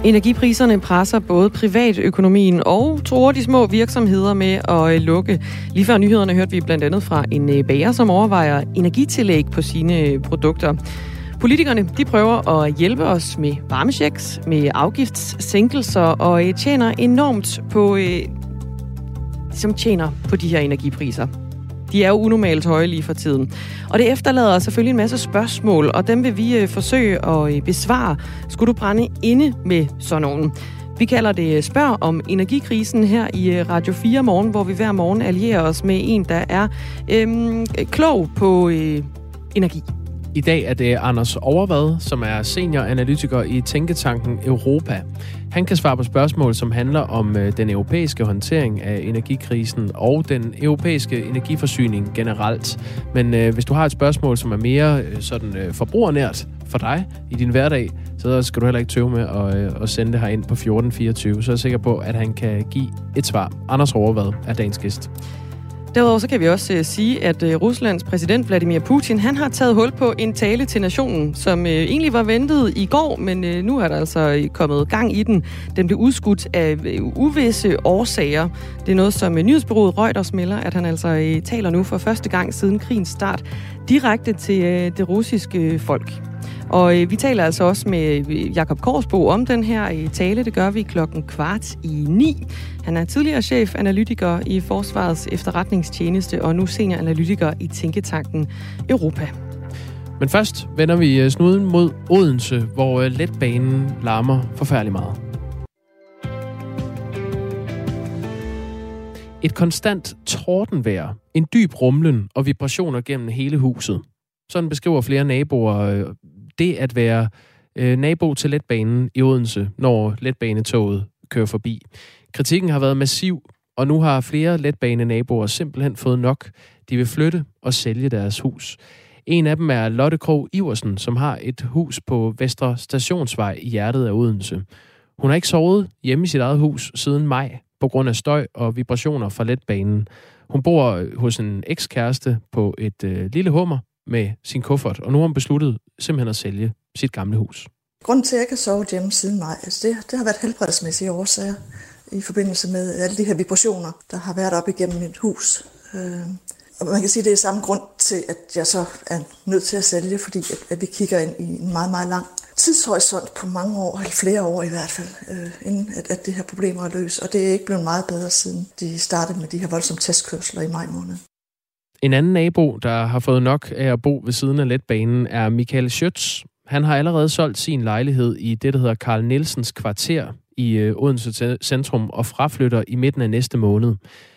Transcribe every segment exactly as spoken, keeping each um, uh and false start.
Energipriserne presser både privatøkonomien og truer de små virksomheder med at lukke. Lige før nyhederne hørte vi blandt andet fra en bager, som overvejer energitillæg på sine produkter. Politikerne de prøver at hjælpe os med varmechecks, med afgiftssænkelser og tjener enormt på, som tjener på de her energipriser. De er jo unormalt høje lige for tiden. Og det efterlader selvfølgelig en masse spørgsmål, og dem vil vi forsøge at besvare. Skulle du brænde inde med sådan nogen? Vi kalder det Spørg om energikrisen her i Radio fire Morgen, hvor vi hver morgen allierer os med en, der er øhm, klog på øh, energi. I dag er det Anders Overvad, som er senioranalytiker i Tænketanken Europa. Han kan svare på spørgsmål, som handler om øh, den europæiske håndtering af energikrisen og den europæiske energiforsyning generelt. Men øh, hvis du har et spørgsmål, som er mere øh, sådan øh, forbrugernært for dig i din hverdag, så skal du heller ikke tøve med at, øh, at sende det her ind på fjorten fireogtyve. Så er jeg sikker på, at han kan give et svar. Anders Overvad er dagens gæst. Derudover så kan vi også uh, sige, at uh, Ruslands præsident Vladimir Putin, han har taget hul på en tale til nationen, som uh, egentlig var ventet i går, men uh, nu er der altså kommet gang i den. Den blev udskudt af uh, uvisse årsager. Det er noget, som uh, nyhedsbureauet Reuters melder, at han altså uh, taler nu for første gang siden krigens start direkte til uh, det russiske folk. Og øh, vi taler altså også med Jakob Korsbo om den her øh, tale. Det gør vi klokken kvart i ni. Han er tidligere chefanalytiker i Forsvarets efterretningstjeneste og nu senioranalytiker i Tænketanken Europa. Men først vender vi snuden mod Odense, hvor øh, letbanen larmer forfærdeligt meget. Et konstant tordenvejr, en dyb rumlen og vibrationer gennem hele huset. Sådan beskriver flere naboer øh, det at være øh, nabo til letbanen i Odense, når letbanetoget kører forbi. Kritikken har været massiv, og nu har flere letbanenaboer simpelthen fået nok. De vil flytte og sælge deres hus. En af dem er Lotte Krog Iversen, som har et hus på Vestre Stationsvej i hjertet af Odense. Hun har ikke sovet hjemme i sit eget hus siden maj på grund af støj og vibrationer fra letbanen. Hun bor hos en ekskæreste på et øh, lille hummer med sin kuffert, og nu har hun besluttet simpelthen at sælge sit gamle hus. Grunden til, at jeg ikke har sovet hjemme siden maj, altså det, det har været helbredsmæssige årsager i forbindelse med alle de her vibrationer, der har været op igennem mit hus. Øh, og man kan sige, at det er samme grund til, at jeg så er nødt til at sælge, fordi at, at vi kigger ind i en meget, meget lang tidshorisont på mange år, eller flere år i hvert fald, øh, inden at, at det her problemer er løst. Og det er ikke blevet meget bedre, siden de startede med de her voldsomme testkørsler i maj måned. En anden nabo, der har fået nok af at bo ved siden af letbanen, er Michael Schøtz. Han har allerede solgt sin lejlighed i det, der hedder Carl Nielsens kvarter i Odense centrum og fraflytter i midten af næste måned.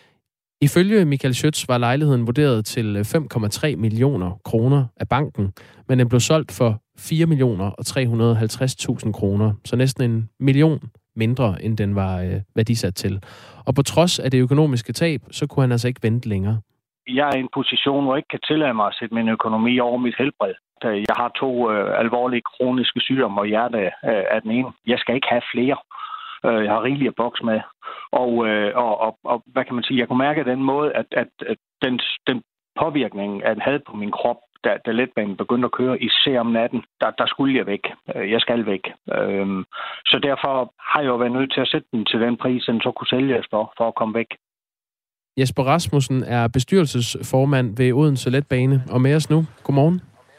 Ifølge Michael Schøtz var lejligheden vurderet til fem komma tre millioner kroner af banken, men den blev solgt for fire millioner og tre hundrede og halvtreds tusind kroner, så næsten en million mindre, end den var øh, værdisat til. Og på trods af det økonomiske tab, så kunne han altså ikke vente længere. Jeg er i en position, hvor jeg ikke kan tillade mig at sætte min økonomi over mit helbred. Jeg har to øh, alvorlige kroniske sygdomme, og hjerte øh, er den ene. Jeg skal ikke have flere. Øh, jeg har rigeligt at bokse med. Og, øh, og, og, og hvad kan man sige? Jeg kunne mærke den måde, at, at, at den, den påvirkning, at den havde på min krop, da, da letbanen begyndte at køre, især om natten, der, der skulle jeg væk. Jeg skal væk. Øh, så derfor har jeg jo været nødt til at sætte den til den pris, den så kunne sælges for, for at komme væk. Jesper Rasmussen er bestyrelsesformand ved Odense Letbane, og med os nu. Godmorgen.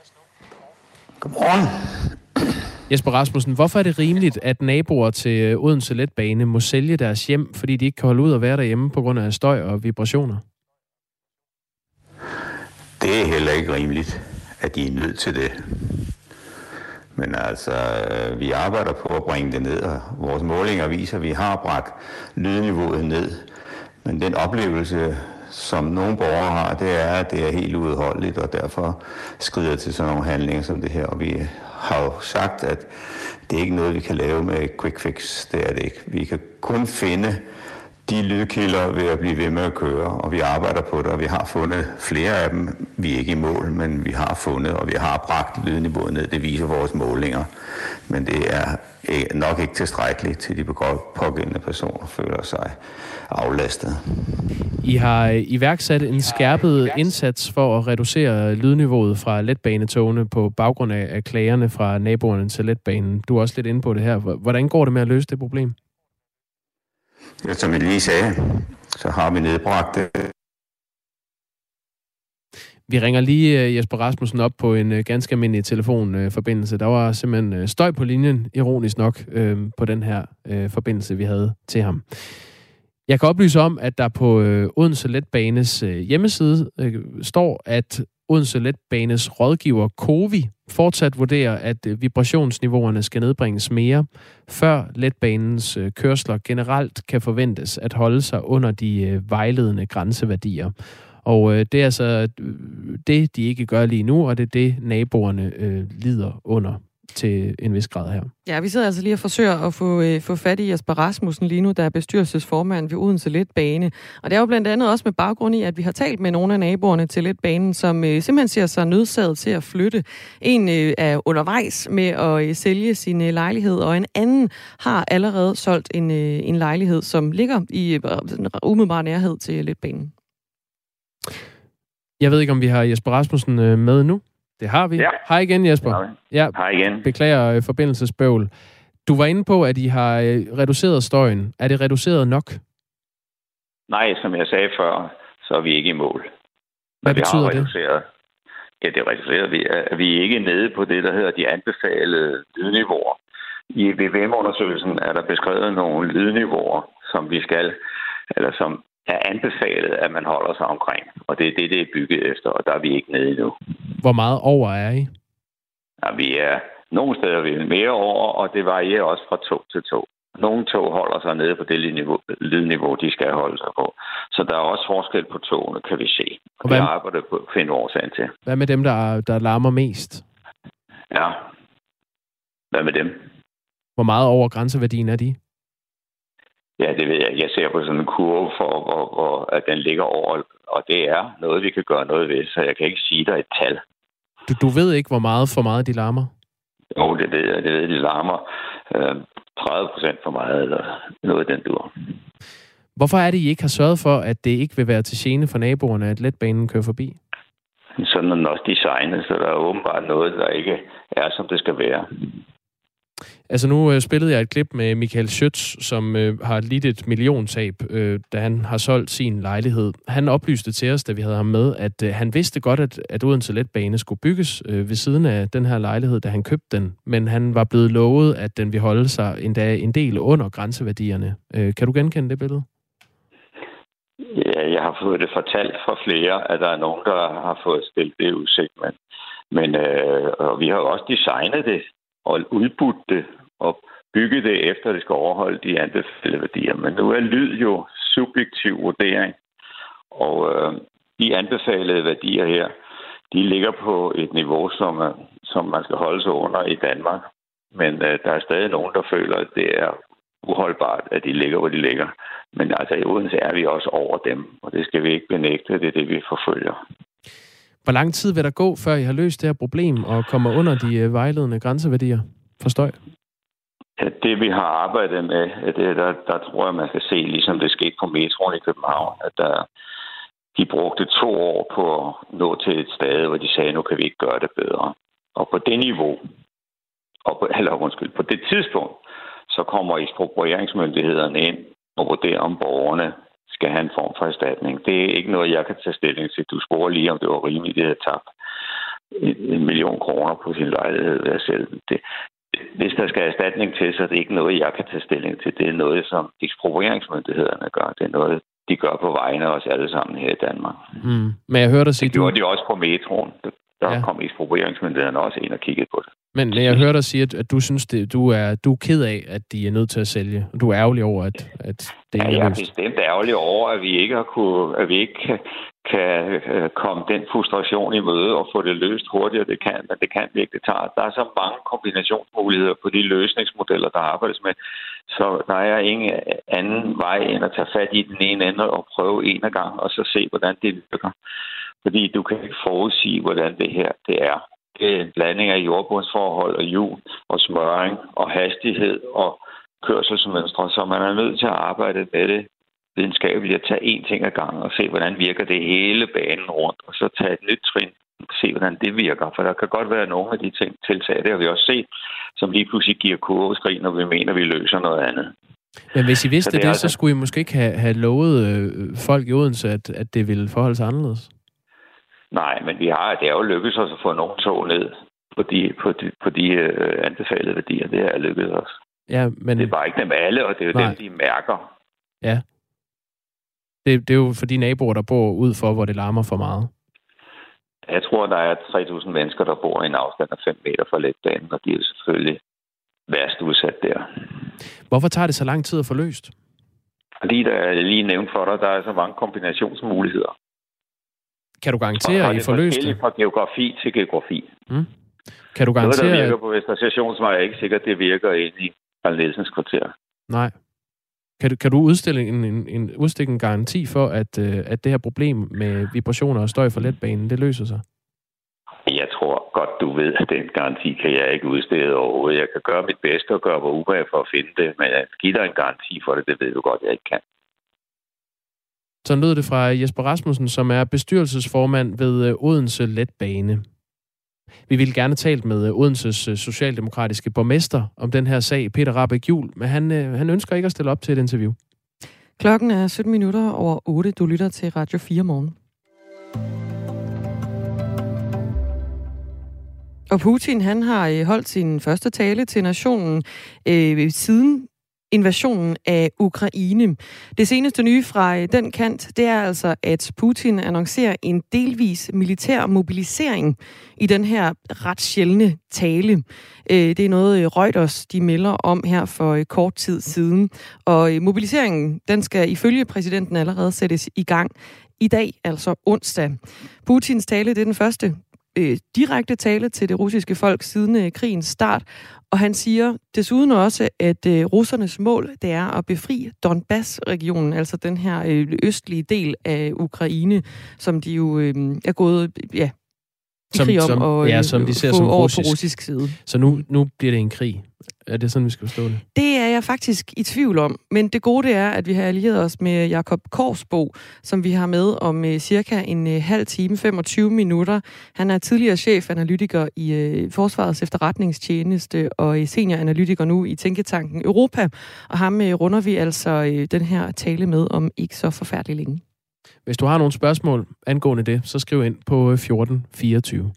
Godmorgen. Jesper Rasmussen, hvorfor er det rimeligt, at naboer til Odense Letbane må sælge deres hjem, fordi de ikke kan holde ud og være derhjemme på grund af støj og vibrationer? Det er heller ikke rimeligt, at de er nødt til det. Men altså, vi arbejder på at bringe det ned, og vores målinger viser, at vi har bragt lydniveauet ned. Men den oplevelse, som nogle borgere har, det er, at det er helt uudholdeligt, og derfor skrider til sådan nogle handlinger som det her. Og vi har jo sagt, at det er ikke noget, vi kan lave med quick fix. Det er det ikke. Vi kan kun finde De lydkilder vil at blive ved med at køre, og vi arbejder på det, og vi har fundet flere af dem. Vi er ikke i mål, men vi har fundet, og vi har bragt lydniveauet ned. Det viser vores målinger. Men det er nok ikke tilstrækkeligt til de pågældende personer føler sig aflastet. I har iværksat en skærpet indsats for at reducere lydniveauet fra letbanetogene på baggrund af klagerne fra naboerne til letbanen. Du er også lidt inde på det her. Hvordan går det med at løse det problem? Ja, som jeg lige sagde, så har vi nedbragt det. Vi ringer lige Jesper Rasmussen op på en ganske almindelig telefonforbindelse. Der var simpelthen støj på linjen, ironisk nok, på den her forbindelse, vi havde til ham. Jeg kan oplyse om, at der på Odense Letbanes hjemmeside står, at Odense Letbanes rådgiver Covi fortsat vurderer, at vibrationsniveauerne skal nedbringes mere, før letbanens kørsler generelt kan forventes at holde sig under de vejledende grænseværdier. Og det er altså det, de ikke gør lige nu, og det er det, naboerne lider under til en vis grad her. Ja, vi sidder altså lige og forsøger at få, øh, få fat i Jesper Rasmussen lige nu, der er bestyrelsesformand ved Odense Letbane. Og det er jo blandt andet også med baggrund i, at vi har talt med nogle af naboerne til Letbanen, som øh, simpelthen ser sig nødsaget til at flytte. En øh, er undervejs med at øh, sælge sin øh, lejlighed, og en anden har allerede solgt en, øh, en lejlighed, som ligger i øh, umiddelbar nærhed til Letbanen. Jeg ved ikke, om vi har Jesper Rasmussen øh, med nu. Det har vi. Ja. Hej igen, Jesper. Ja. Hej igen. Beklager forbindelsesbøvl. Du var inde på, at I har reduceret støjen. Er det reduceret nok? Nej, som jeg sagde før, så er vi ikke i mål. Hvad Men betyder vi har reduceret, det? Ja, det reducerer vi. At vi er ikke nede på det, der hedder de anbefalede lydniveauer. I V V M-undersøgelsen er der beskrevet nogle lydniveauer, som vi skal, eller som er anbefalet, at man holder sig omkring. Og det er det, det er bygget efter, og der er vi ikke nede endnu. Hvor meget over er I? Ja, vi er nogle steder vi er mere over, og det varierer også fra tog til tog. Nogle tog holder sig nede på det lydniveau, lydniveau, de skal holde sig på. Så der er også forskel på togene, kan vi se. Og, og det arbejder på at finde årsagen til. Hvad med dem, der, der larmer mest? Ja. Hvad med dem? Hvor meget over grænseværdien er de? Ja, det ved jeg. Jeg ser på sådan en kurve for, hvor, hvor at den ligger over, og det er noget, vi kan gøre noget ved, så jeg kan ikke sige dig et tal. Du, du ved ikke, hvor meget for meget de larmer? Jo, det ved jeg. Det ved jeg, de larmer øh, tredive procent for meget, eller noget den dur. Hvorfor er det, I ikke har sørget for, at det ikke vil være til gene for naboerne, at letbanen kører forbi? Sådan er den også designet, så der er åbenbart noget, der ikke er, som det skal være. Altså nu øh, spillede jeg et klip med Michael Schøtz, som øh, har lidt et milliontab, øh, da han har solgt sin lejlighed. Han oplyste til os, da vi havde ham med, at øh, han vidste godt, at, at Odense Letbane skulle bygges øh, ved siden af den her lejlighed, da han købte den. Men han var blevet lovet, at den ville holde sig endda en del under grænseværdierne. Øh, kan du genkende det billede? Ja, jeg har fået det fortalt fra flere, at der er nogen, der har fået stillet det udsigt. Men, men øh, og vi har jo også designet det og udbudt det og bygget det efter, at det skal overholde de anbefalede værdier. Men nu er lyd jo subjektiv vurdering, og øh, de anbefalede værdier her, de ligger på et niveau, som, er, som man skal holde sig under i Danmark. Men øh, der er stadig nogen, der føler, at det er uholdbart, at de ligger, hvor de ligger. Men altså i Odense er vi også over dem, og det skal vi ikke benægte, det er det, vi forfølger. Hvor lang tid vil der gå, før I har løst det her problem og kommer under de vejledende grænseværdier for støj? Ja, det vi har arbejdet med, det, der, der tror jeg, man skal se, ligesom det skete på metroen i København, at der, de brugte to år på at nå til et sted, hvor de sagde, nu kan vi ikke gøre det bedre. Og på det niveau, og på, eller undskyld, på det tidspunkt, så kommer eksproprieringsmyndighederne ind og vurderer, om borgerne skal have en form for erstatning. Det er ikke noget, jeg kan tage stilling til. Du spurgte lige, om det var rimeligt, det havde tabt en million kroner på sin lejlighed ved at sælge den. Det, hvis der skal erstatning til, så er det ikke noget, jeg kan tage stilling til. Det er noget, som eksproprieringsmyndighederne gør. Det er noget, de gør på vegne af os alle sammen her i Danmark. Mm. Men jeg hørte dig sige... Det gjorde de også på metroen. Der ja. kom eksproprieringsmyndighederne også ind og kiggede på det. Men, men jeg hørte dig sige, at, at du synes, det, du, er, du er ked af, at de er nødt til at sælge. Du er ærgerlig over, at, at det ja, ikke er jeg er løst. bestemt ærgerlig over, at vi ikke har kunne, at vi ikke kan, kan komme den frustration i møde og få det løst hurtigere. Det kan, men det kan vi ikke. Det tager. Der er så mange kombinationsmuligheder på de løsningsmodeller, der arbejdes med. Så der er ingen anden vej end at tage fat i den ene ende og prøve en af gang, og så se, hvordan det virker. Fordi du kan ikke forudsige, hvordan det her det er. Det er en blanding af jordbundsforhold og hjul og smøring og hastighed og kørselsmønstre, så man er nødt til at arbejde med det videnskabeligt, at tage én ting ad gangen og se, hvordan virker det hele banen rundt, og så tage et nyt trin og se, hvordan det virker. For der kan godt være nogle af de ting tiltag, det har vi også set, som lige pludselig giver kurveskrig, når vi mener, vi løser noget andet. Men hvis I vidste så det, det altså... så skulle I måske ikke have, have lovet øh, folk i Odense, at, at det ville forholde sig anderledes? Nej, men vi har, det er jo lykkedes os at få nogle tog ned på de, på de, på de øh, anbefalede værdier. Det er lykkedes os. Ja, men... Det er bare ikke dem alle, og det er jo Nej. dem, de mærker. Ja. Det, det er jo for de naboer, der bor ud for, hvor det larmer for meget. Jeg tror, der er tre tusind mennesker, der bor i en afstand af fem meter fra letbanen, og de er selvfølgelig værst udsat der. Hvorfor tager det så lang tid at få løst? Fordi der er lige nævnt for dig, der er så mange kombinationsmuligheder. Kan du garantere, at I får løst det? Fra geografi til geografi. Mm. Kan du garantere... Noget, der virker på Vestre Stationsvej, er ikke sikkert, det virker ind i Carl Nielsens kvarter. Nej. Kan du, kan du udstille en, en, en, udstikke en garanti for, at, øh, at det her problem med vibrationer og støj fra letbanen, det løser sig? Jeg tror godt, du ved, at den garanti kan jeg ikke udstille overhovedet. Jeg kan gøre mit bedste og gøre mig ubehag for at finde det, men at give dig en garanti for det, det ved du godt, jeg ikke kan. Så lød det fra Jesper Rasmussen, som er bestyrelsesformand ved Odense Letbane. Vi ville gerne tale med Odenses socialdemokratiske borgmester om den her sag, Peter Rahbæk Juhl, men han, han ønsker ikke at stille op til et interview. Klokken er sytten minutter over otte. Du lytter til Radio fire morgen. Og Putin, han har holdt sin første tale til nationen øh, siden invasionen af Ukraine. Det seneste nye fra den kant, det er altså, at Putin annoncerer en delvis militær mobilisering i den her ret sjældne tale. Det er noget Reuters, de melder om her for kort tid siden. Og mobiliseringen, den skal ifølge præsidenten allerede sættes i gang i dag, altså onsdag. Putins tale, det er den første øh, direkte tale til det russiske folk siden øh, krigens start. Og han siger desuden også, at øh, russernes mål, det er at befri Donbass-regionen, altså den her øh, østlige del af Ukraine, som de jo øh, er gået ja, i som, krig om som, og ja, som de ser få som over russisk. på russisk side. Så nu, nu bliver det en krig. Er det sådan, vi skal forstå det? Det er jeg faktisk i tvivl om. Men det gode det er, at vi har allieret os med Jakob Korsbo, som vi har med om uh, cirka en uh, halv time, femogtyve minutter. Han er tidligere chefanalytiker i uh, Forsvarets efterretningstjeneste og uh, senioranalytiker nu i Tænketanken Europa. Og ham uh, runder vi altså uh, den her tale med om ikke så forfærdeligt længe. Hvis du har nogle spørgsmål angående det, så skriv ind på fjorten fireogtyve.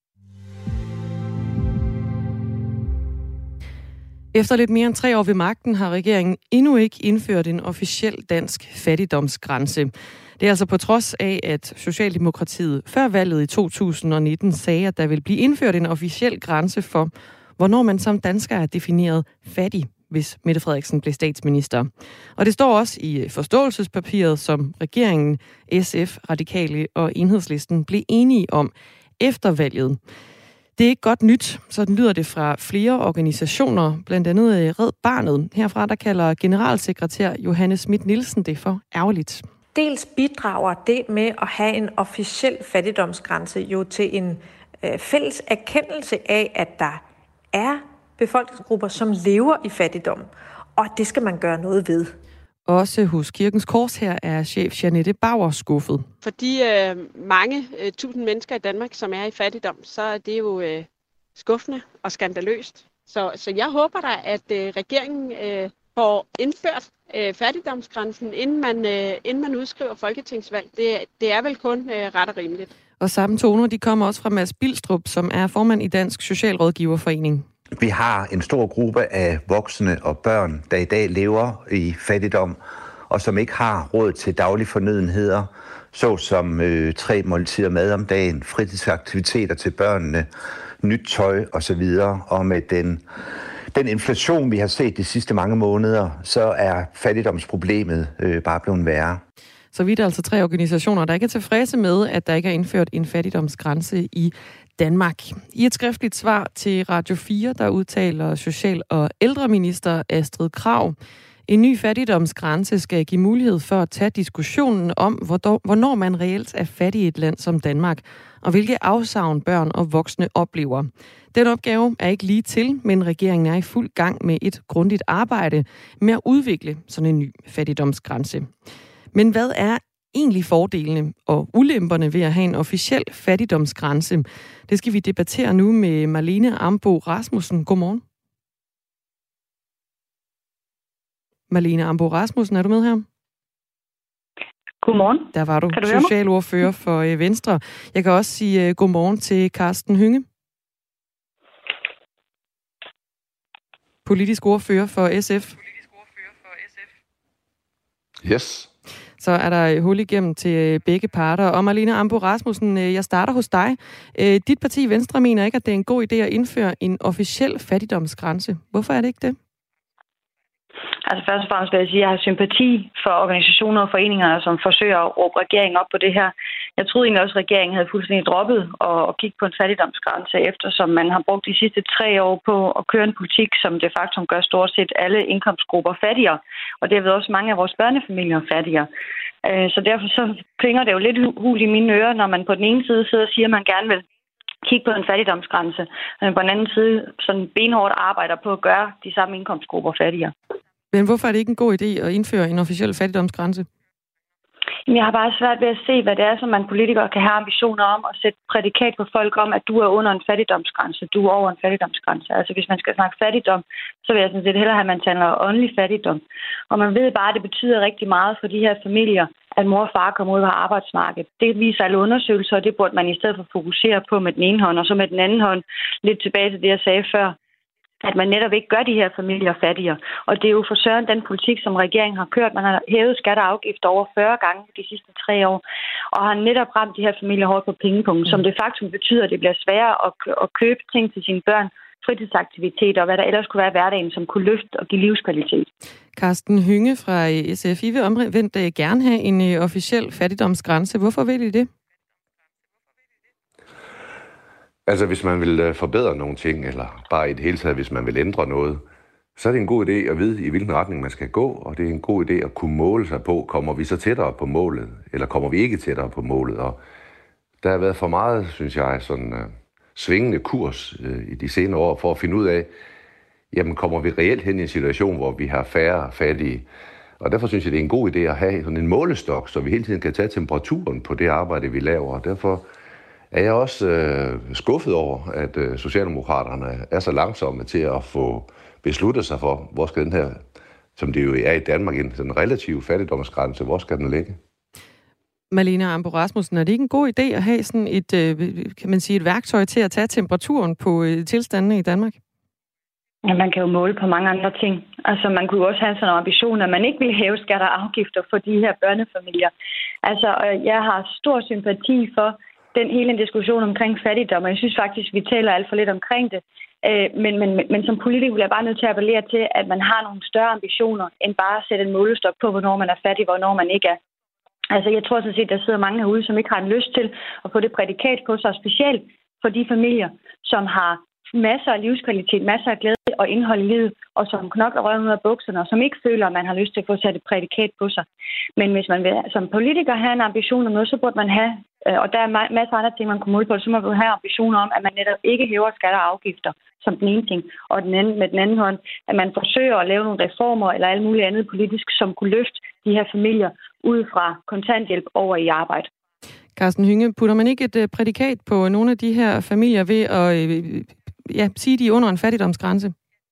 Efter lidt mere end tre år ved magten har regeringen endnu ikke indført en officiel dansk fattigdomsgrænse. Det er altså på trods af, at Socialdemokratiet før valget i to tusind nitten sagde, at der vil blive indført en officiel grænse for, hvornår man som dansker er defineret fattig, hvis Mette Frederiksen blev statsminister. Og det står også i forståelsespapiret, som regeringen, S F, Radikale og Enhedslisten blev enige om efter valget. Det er ikke godt nyt, sådan lyder det fra flere organisationer, blandt andet Red Barnet. Herfra der kalder generalsekretær Johanne Schmidt Nielsen det for ærgerligt. Dels bidrager det med at have en officiel fattigdomsgrænse jo til en øh, fælles erkendelse af, at der er befolkningsgrupper, som lever i fattigdom, og det skal man gøre noget ved. Også hos Kirkens Kors her er chef Jeanette Bauer skuffet. For de øh, mange øh, tusind mennesker i Danmark, som er i fattigdom, så er det jo øh, skuffende og skandaløst. Så, så jeg håber da, at øh, regeringen øh, får indført øh, fattigdomsgrænsen, inden man, øh, inden man udskriver folketingsvalg. Det, det er vel kun øh, ret og rimeligt. Og samme toner, de kommer også fra Mads Bilstrup, som er formand i Dansk Socialrådgiverforening. Vi har en stor gruppe af voksne og børn, der i dag lever i fattigdom, og som ikke har råd til daglige fornødenheder, såsom øh, tre måltider mad om dagen, fritidsaktiviteter til børnene, nyt tøj osv. Og med den, den inflation, vi har set de sidste mange måneder, så er fattigdomsproblemet øh, bare blevet værre. Så vidt er altså tre organisationer, der ikke er tilfredse med, at der ikke er indført en fattigdomsgrænse i Danmark. I et skriftligt svar til Radio fire, der udtaler social- og ældreminister Astrid Krag, en ny fattigdomsgrænse skal give mulighed for at tage diskussionen om, hvornår man reelt er fattig i et land som Danmark, og hvilke afsavn børn og voksne oplever. Den opgave er ikke lige til, men regeringen er i fuld gang med et grundigt arbejde med at udvikle sådan en ny fattigdomsgrænse. Men hvad er egentlig fordelene og ulemperne ved at have en officiel fattigdomsgrænse? Det skal vi debattere nu med Marlene Ambo Rasmussen. Godmorgen. Marlene Ambo Rasmussen, er du med her? Godmorgen. Der var du, du socialordfører for øh, Venstre. Jeg kan også sige øh, godmorgen til Karsten Hønge. Politisk ordfører for S F. Yes. Så er der hul igennem til begge parter. Og Marlene Ambo Rasmussen, jeg starter hos dig. Dit parti Venstre mener ikke, at det er en god idé at indføre en officiel fattigdomsgrænse. Hvorfor er det ikke det? Altså først og fremmest vil jeg sige, at jeg har sympati for organisationer og foreninger, som forsøger at råbe regeringen op på det her. Jeg troede egentlig også, at regeringen havde fuldstændig droppet at kigge på en fattigdomsgrænse, eftersom man har brugt de sidste tre år på at køre en politik, som de facto gør stort set alle indkomstgrupper fattigere, og derved også mange af vores børnefamilier fattigere. Så derfor så klinger det jo lidt hul i mine ører, når man på den ene side sidder og siger, at man gerne vil kigge på en fattigdomsgrænse, men på den anden side sådan benhårdt arbejder på at gøre de samme indkomstgrupper fattigere. Men hvorfor er det ikke en god idé at indføre en officiel fattigdomsgrænse? Jeg har bare svært ved at se, hvad det er, som man politikere kan have ambitioner om at sætte prædikat på folk om, at du er under en fattigdomsgrænse, du er over en fattigdomsgrænse. Altså hvis man skal snakke fattigdom, så vil jeg sådan set hellere have, at man taler åndelig fattigdom. Og man ved bare, at det betyder rigtig meget for de her familier, at mor og far kommer ud på arbejdsmarkedet. Det viser alle undersøgelser, og det burde man i stedet for fokusere på med den ene hånd, og så med den anden hånd lidt tilbage til det, jeg sagde før, at man netop ikke gør de her familier fattigere. Og det er jo for søren den politik, som regeringen har kørt. Man har hævet skatter og afgifter over fyrre gange de sidste tre år, og har netop ramt de her familier hårdt på pengepunkten, mm. som det faktisk betyder, at det bliver sværere at, at købe ting til sine børn, fritidsaktiviteter og hvad der ellers kunne være i hverdagen, som kunne løfte og give livskvalitet. Karsten Hønge fra S F, I vil omvendt gerne have en officiel fattigdomsgrænse. Hvorfor vil I det? Altså, hvis man vil forbedre nogle ting, eller bare i det hele taget, hvis man vil ændre noget, så er det en god idé at vide, i hvilken retning man skal gå, og det er en god idé at kunne måle sig på, kommer vi så tættere på målet, eller kommer vi ikke tættere på målet. Og der har været for meget, synes jeg, sådan uh, svingende kurs uh, i de senere år, for at finde ud af, jamen kommer vi reelt hen i en situation, hvor vi har færre fattige. Og derfor synes jeg, det er en god idé at have sådan en målestok, så vi hele tiden kan tage temperaturen på det arbejde, vi laver, og derfor er jeg også øh, skuffet over, at øh, Socialdemokraterne er så langsomme til at få besluttet sig for, hvor skal den her, som det jo er i Danmark, en sådan relativ fattigdomsgrænse, hvor skal den ligge? Marlene Ambo Rasmussen, er det ikke en god idé at have sådan et, øh, kan man sige, et værktøj til at tage temperaturen på øh, tilstandene i Danmark? Ja, man kan jo måle på mange andre ting. Altså, man kunne jo også have sådan en ambition, at man ikke vil hæve skatter og afgifter for de her børnefamilier. Altså, jeg har stor sympati for den hele en diskussion omkring fattigdom, og jeg synes faktisk, vi taler alt for lidt omkring det. Men, men, men som politiker bliver jeg bare nødt til at appellere til, at man har nogle større ambitioner, end bare at sætte en målestok på, hvornår man er fattig, hvornår man ikke er. Altså, jeg tror sådan set, der sidder mange herude, som ikke har en lyst til at få det prædikat på sig, specielt for de familier, som har masser af livskvalitet, masser af glæde og indhold i livet, og som knokler røven ud af bukserne, og som ikke føler, at man har lyst til at få sat et prædikat på sig. Men hvis man vil som politiker have en ambition om noget, så burde man have, og der er masser af andre ting, man kunne måle på, så må man have ambitioner om, at man netop ikke hæver skatter og afgifter som den ene ting, og den anden, med den anden hånd, at man forsøger at lave nogle reformer eller alt muligt andet politisk, som kunne løfte de her familier ud fra kontanthjælp over i arbejde. Karsten Hønge, putter man ikke et prædikat på nogle af de her familier ved at ja, sige, de er under en fattigdomsgrænse?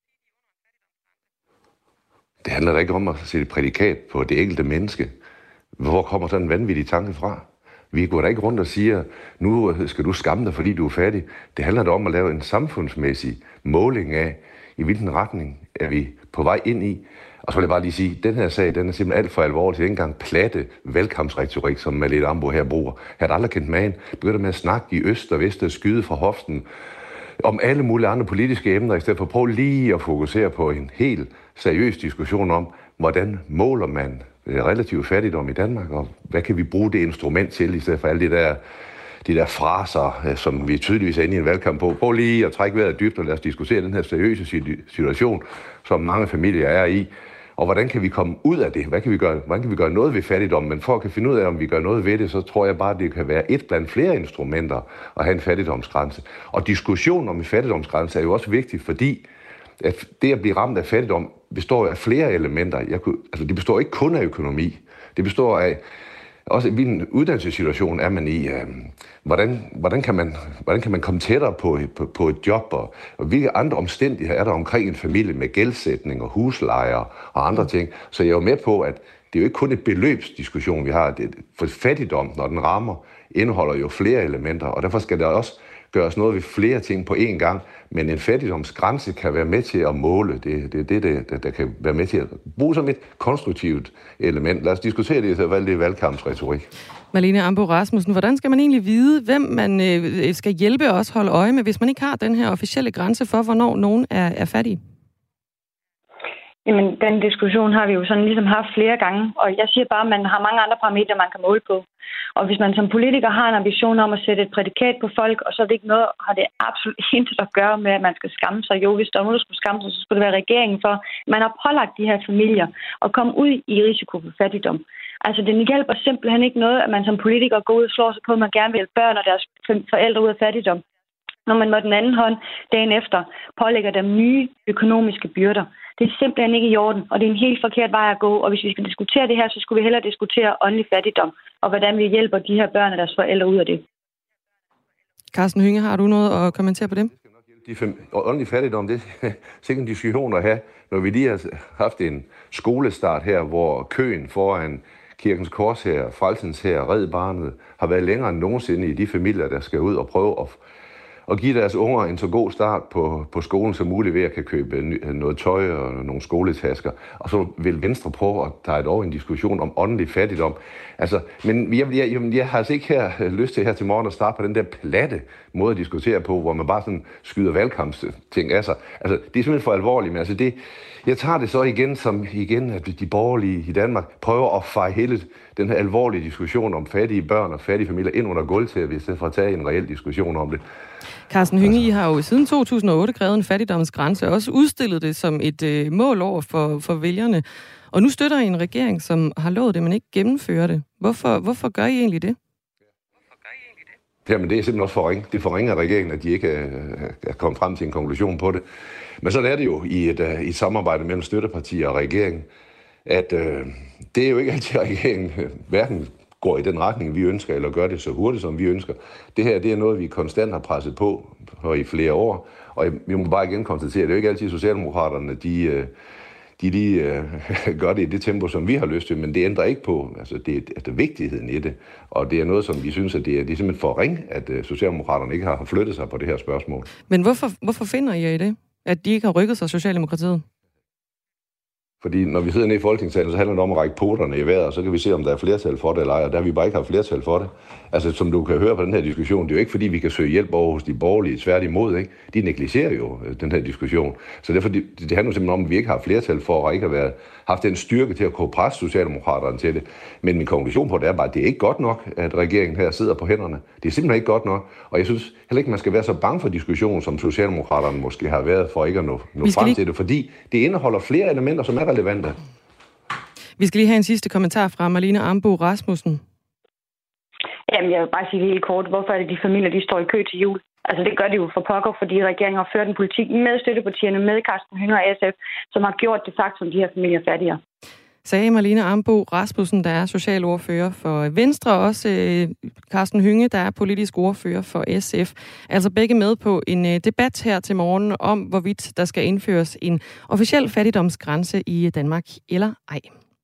Det handler da ikke om at sætte et prædikat på det enkelte menneske. Hvor kommer sådan en vanvittig tanke fra? Vi går da ikke rundt og siger, nu skal du skamme dig, fordi du er fattig. Det handler da om at lave en samfundsmæssig måling af, i hvilken retning er vi på vej ind i. Og så vil jeg bare lige sige, at den her sag, den er simpelthen alt for alvorlig til ikke engang platte valgkampsretorik, som Marlene Ambo her bruger. Jeg har aldrig kendt magen. Begynder med at snakke i øst og vest og skyde fra hoften om alle mulige andre politiske emner, i stedet for at prøve lige at fokusere på en helt seriøs diskussion om, hvordan måler man relativ fattigdom i Danmark, og hvad kan vi bruge det instrument til, i stedet for alle de der de der fraser, som vi tydeligvis er inde i en valgkamp på. Prøv lige at trække vejret dybt og lad os diskutere den her seriøse situation, som mange familier er i. Og hvordan kan vi komme ud af det? Hvad kan vi gøre? Hvordan kan vi gøre noget ved fattigdom? Men for at kan finde ud af, om vi gør noget ved det, så tror jeg bare, at det kan være et blandt flere instrumenter at have en fattigdomsgrænse. Og diskussionen om en fattigdomsgrænse er jo også vigtig, fordi at det at blive ramt af fattigdom består af flere elementer. Jeg kunne, altså det består ikke kun af økonomi. Det består af også i hvilken uddannelsessituation er man i. Øh, hvordan, hvordan, kan man, hvordan kan man komme tættere på, på, på et job, og, og hvilke andre omstændigheder er der omkring en familie med gældsætning og huslejer og andre ting. Så jeg er jo med på, at det er jo ikke kun et beløbsdiskussion, vi har. Det, for fattigdom, når den rammer, indeholder jo flere elementer, og derfor skal der også gøres noget ved flere ting på én gang, men en fattigdomsgrænse kan være med til at måle. Det er det, det, det, der kan være med til at bruge som et konstruktivt element. Lad os diskutere det, så valgte det valgkampsretorik. Marlene Ambo-Rasmussen, hvordan skal man egentlig vide, hvem man øh, skal hjælpe og også holde øje med, hvis man ikke har den her officielle grænse for, hvornår nogen er, er fattige? Jamen, den diskussion har vi jo sådan ligesom haft flere gange, og jeg siger bare, at man har mange andre parametre, man kan måle på. Og hvis man som politiker har en ambition om at sætte et prædikat på folk, og så er det ikke noget, har det absolut intet at gøre med, at man skal skamme sig. Jo, hvis der er nogen, der skulle skamme sig, så skulle det være regeringen for. Man har pålagt de her familier at komme ud i risiko for fattigdom. Altså, det hjælper simpelthen ikke noget, at man som politiker går ud og slår sig på, at man gerne vil hjælpe børn og deres forældre ud af fattigdom, når man med den anden hånd dagen efter pålægger dem nye økonomiske byrder. Det er simpelthen ikke i orden, og det er en helt forkert vej at gå. Og hvis vi skal diskutere det her, så skulle vi hellere diskutere åndelig fattigdom, og hvordan vi hjælper de her børn og deres forældre ud af det. Carsten Hønge, har du noget at kommentere på det? De fem, åndelig fattigdom, det er sikkert en diskussion at have, når vi lige har haft en skolestart her, hvor køen foran Kirkens Korshær, Frelsens Hær, Red Barnet har været længere end nogensinde i de familier, der skal ud og prøve at og give deres unger en så god start på, på skolen som muligt ved at kan købe noget tøj og nogle skoletasker. Og så vil Venstre prøve at tage et over en diskussion om åndelig fattigdom. Altså, men jeg, jeg, jeg har altså ikke her lyst til her til morgen at starte på den der platte måde at diskutere på, hvor man bare sådan skyder valgkampsting af sig. Altså, det er simpelthen for alvorligt, men altså det, jeg tager det så igen som igen, at de borgerlige i Danmark prøver at feje hele den her alvorlige diskussion om fattige børn og fattige familier ind under gulvtæppet, i stedet for at tage en reel diskussion om det. Carsten Hønge, I har jo siden to tusind og otte krævet en fattigdomsgrænse, og også udstillet det som et øh, mål over for, for vælgerne. Og nu støtter I en regering, som har lovet det, men ikke gennemfører det. Hvorfor, hvorfor gør I egentlig det? Jamen, det er simpelthen også forring. Det forringer regeringen, at de ikke er, er kommet frem til en konklusion på det. Men sådan er det jo i et, i et samarbejde mellem støttepartier og regeringen, at øh, det er jo ikke altid, at regeringen hverken går i den retning, vi ønsker, eller gør det så hurtigt, som vi ønsker. Det her, det er noget, vi konstant har presset på i flere år, og vi må bare igen konstatere, at det er jo ikke altid Socialdemokraterne, de, de lige uh, gør det i det tempo, som vi har lyst til, men det ændrer ikke på altså det, altså vigtigheden i det, og det er noget, som vi synes, at det er, det er simpelthen for ring, at uh, Socialdemokraterne ikke har flyttet sig på det her spørgsmål. Men hvorfor, hvorfor finder I i det, at de ikke har rykket sig, Socialdemokratiet? Fordi når vi sidder nede i Folketingssalen, så handler det om at række poterne i vejret, og så kan vi se, om der er flertal for det eller ej, og der har vi bare ikke haft flertal for det. Altså, som du kan høre på den her diskussion, det er jo ikke fordi, vi kan søge hjælp over hos de borgerlige, tværtimod, ikke? De negligerer jo den her diskussion. Så derfor, det, det handler simpelthen om, at vi ikke har flertal for, og ikke har været, haft den styrke til at kunne presse Socialdemokraterne til det. Men min konklusion på det er bare, at det er ikke godt nok, at regeringen her sidder på hænderne. Det er simpelthen ikke godt nok, og jeg synes heller ikke, man skal være så bange for diskussionen, som Socialdemokraterne måske har været for ikke at nå, nå frem lige... til det, fordi det indeholder flere elementer, som er relevante. Vi skal lige have en sidste kommentar fra Marlene Ambo-Rasmussen. Jamen, jeg vil bare sige helt kort, hvorfor er det de familier, de står i kø til jul? Altså, det gør de jo for pokker, fordi regeringen har ført en politik med støttepartierne, med Carsten Hønge og S F, som har gjort det sagt, som de her familier fattigere. Sagde Marlene Ambo-Rasmussen, der er socialordfører for Venstre, og også øh, Carsten Hønge, der er politisk ordfører for S F. Altså begge med på en øh, debat her til morgen om, hvorvidt der skal indføres en officiel fattigdomsgrænse i Danmark eller ej.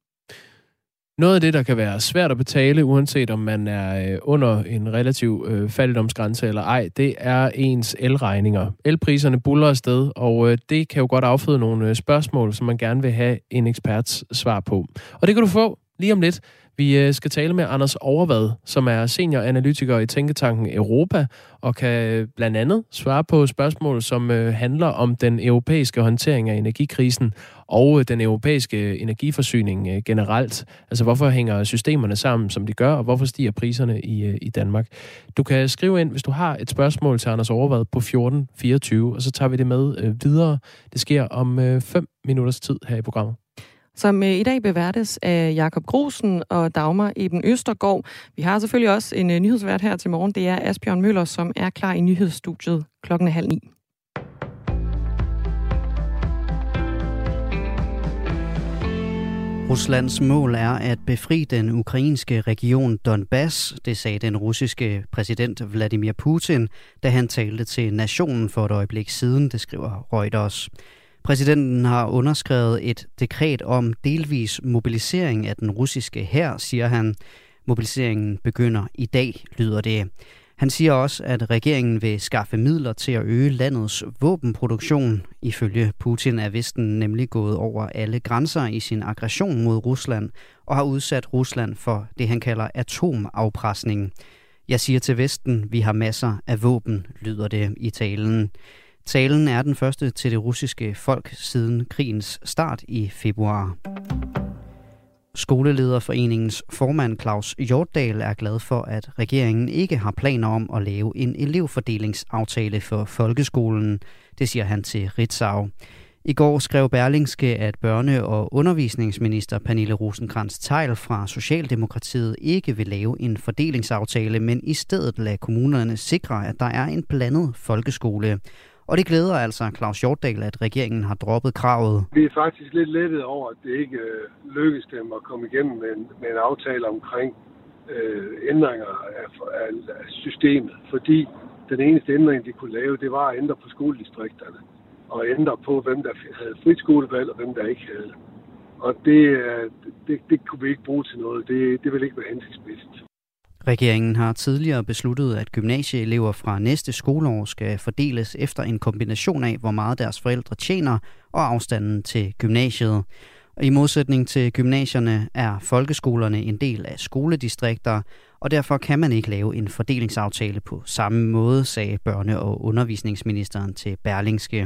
Noget af det, der kan være svært at betale, uanset om man er under en relativ øh, fattigdomsgrænse eller ej, det er ens elregninger. Elpriserne buldrer afsted, og øh, det kan jo godt afføde nogle øh, spørgsmål, som man gerne vil have en eksperts svar på. Og det kan du få lige om lidt. Vi skal tale med Anders Overvad, som er senioranalytiker i Tænketanken Europa, og kan blandt andet svare på spørgsmål, som handler om den europæiske håndtering af energikrisen og den europæiske energiforsyning generelt. Altså, hvorfor hænger systemerne sammen, som de gør, og hvorfor stiger priserne i, i Danmark? Du kan skrive ind, hvis du har et spørgsmål til Anders Overvad på fjorten fireogtyve, og så tager vi det med videre. Det sker om fem minutters tid her i programmet. Som i dag beværtes af Jakob Grusen og Dagmar Eben Østergaard. Vi har selvfølgelig også en nyhedsvært her til morgen. Det er Asbjørn Møller, som er klar i nyhedsstudiet klokken halv ni. Ruslands mål er at befri den ukrainske region Donbass, det sagde den russiske præsident Vladimir Putin, da han talte til nationen for et øjeblik siden, det skriver Reuters. Præsidenten har underskrevet et dekret om delvis mobilisering af den russiske hær, siger han. Mobiliseringen begynder i dag, lyder det. Han siger også, at regeringen vil skaffe midler til at øge landets våbenproduktion. Ifølge Putin er Vesten nemlig gået over alle grænser i sin aggression mod Rusland og har udsat Rusland for det, han kalder atomafpresning. Jeg siger til Vesten, vi har masser af våben, lyder det i talen. Talen er den første til det russiske folk siden krigens start i februar. Skolelederforeningens formand Claus Hjortdal er glad for, at regeringen ikke har planer om at lave en elevfordelingsaftale for folkeskolen. Det siger han til Ritzau. I går skrev Berlingske, at børne- og undervisningsminister Pernille Rosenkrantz-Theil fra Socialdemokratiet ikke vil lave en fordelingsaftale, men i stedet lade kommunerne sikre, at der er en blandet folkeskole. Og det glæder altså Claus Hjortdal, at regeringen har droppet kravet. Vi er faktisk lidt lettet over, at det ikke øh, lykkes dem at komme igennem med en, med en aftale omkring øh, ændringer af, af, af systemet. Fordi den eneste ændring, de kunne lave, det var at ændre på skoledistrikterne. Og ændre på, hvem der havde frit skolevalg og hvem der ikke havde. Og det, det, det kunne vi ikke bruge til noget. Det, det ville ikke være hensigtsmæssigt. Regeringen har tidligere besluttet, at gymnasieelever fra næste skoleår skal fordeles efter en kombination af, hvor meget deres forældre tjener og afstanden til gymnasiet. Og i modsætning til gymnasierne er folkeskolerne en del af skoledistrikter, og derfor kan man ikke lave en fordelingsaftale på samme måde, sagde børne- og undervisningsministeren til Berlingske.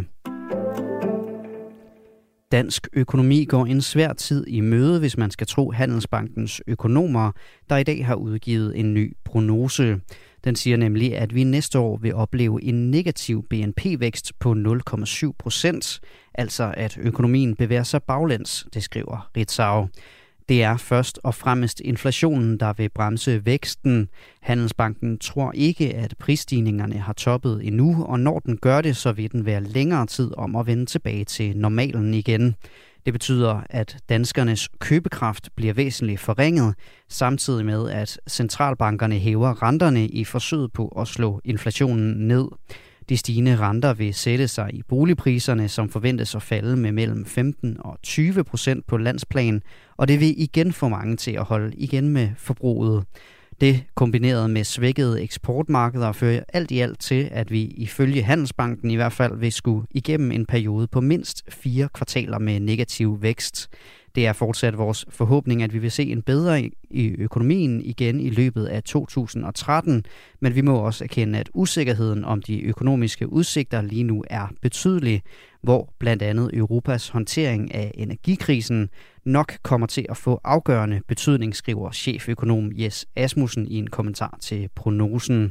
Dansk økonomi går en svær tid i møde, hvis man skal tro Handelsbankens økonomer, der i dag har udgivet en ny prognose. Den siger nemlig, at vi næste år vil opleve en negativ B N P-vækst på nul komma syv procent, altså at økonomien bevæger sig baglæns, det skriver Ritzau. Det er først og fremmest inflationen, der vil bremse væksten. Handelsbanken tror ikke, at prisstigningerne har toppet endnu, og når den gør det, så vil den være længere tid om at vende tilbage til normalen igen. Det betyder, at danskernes købekraft bliver væsentligt forringet, samtidig med, at centralbankerne hæver renterne i forsøget på at slå inflationen ned. De stigende renter vil sætte sig i boligpriserne, som forventes at falde med mellem femten og tyve procent på landsplan, og det vil igen få mange til at holde igen med forbruget. Det kombineret med svækkede eksportmarkeder fører alt i alt til, at vi ifølge Handelsbanken i hvert fald vil skulle igennem en periode på mindst fire kvartaler med negativ vækst. Det er fortsat vores forhåbning, at vi vil se en bedre i økonomien igen i løbet af to tusind og tretten, men vi må også erkende, at usikkerheden om de økonomiske udsigter lige nu er betydelig, hvor blandt andet Europas håndtering af energikrisen nok kommer til at få afgørende betydning, skriver cheføkonom Jes Asmussen i en kommentar til prognosen.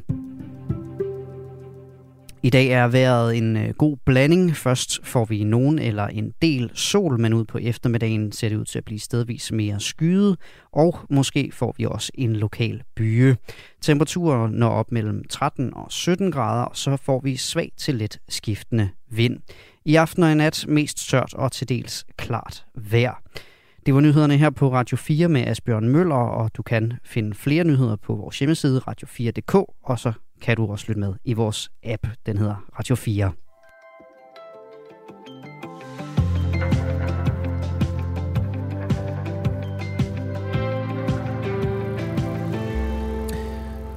I dag er vejret en god blanding. Først får vi nogen eller en del sol, men ud på eftermiddagen ser det ud til at blive stedvis mere skyet, og måske får vi også en lokal byge. Temperaturen når op mellem tretten og sytten grader, og så får vi svag til let skiftende vind. I aften og i nat mest tørt og til dels klart vejr. Det var nyhederne her på Radio fire med Asbjørn Møller, og du kan finde flere nyheder på vores hjemmeside radio fire punktum d k, og så kan du også lytte med i vores app. Den hedder Radio fire.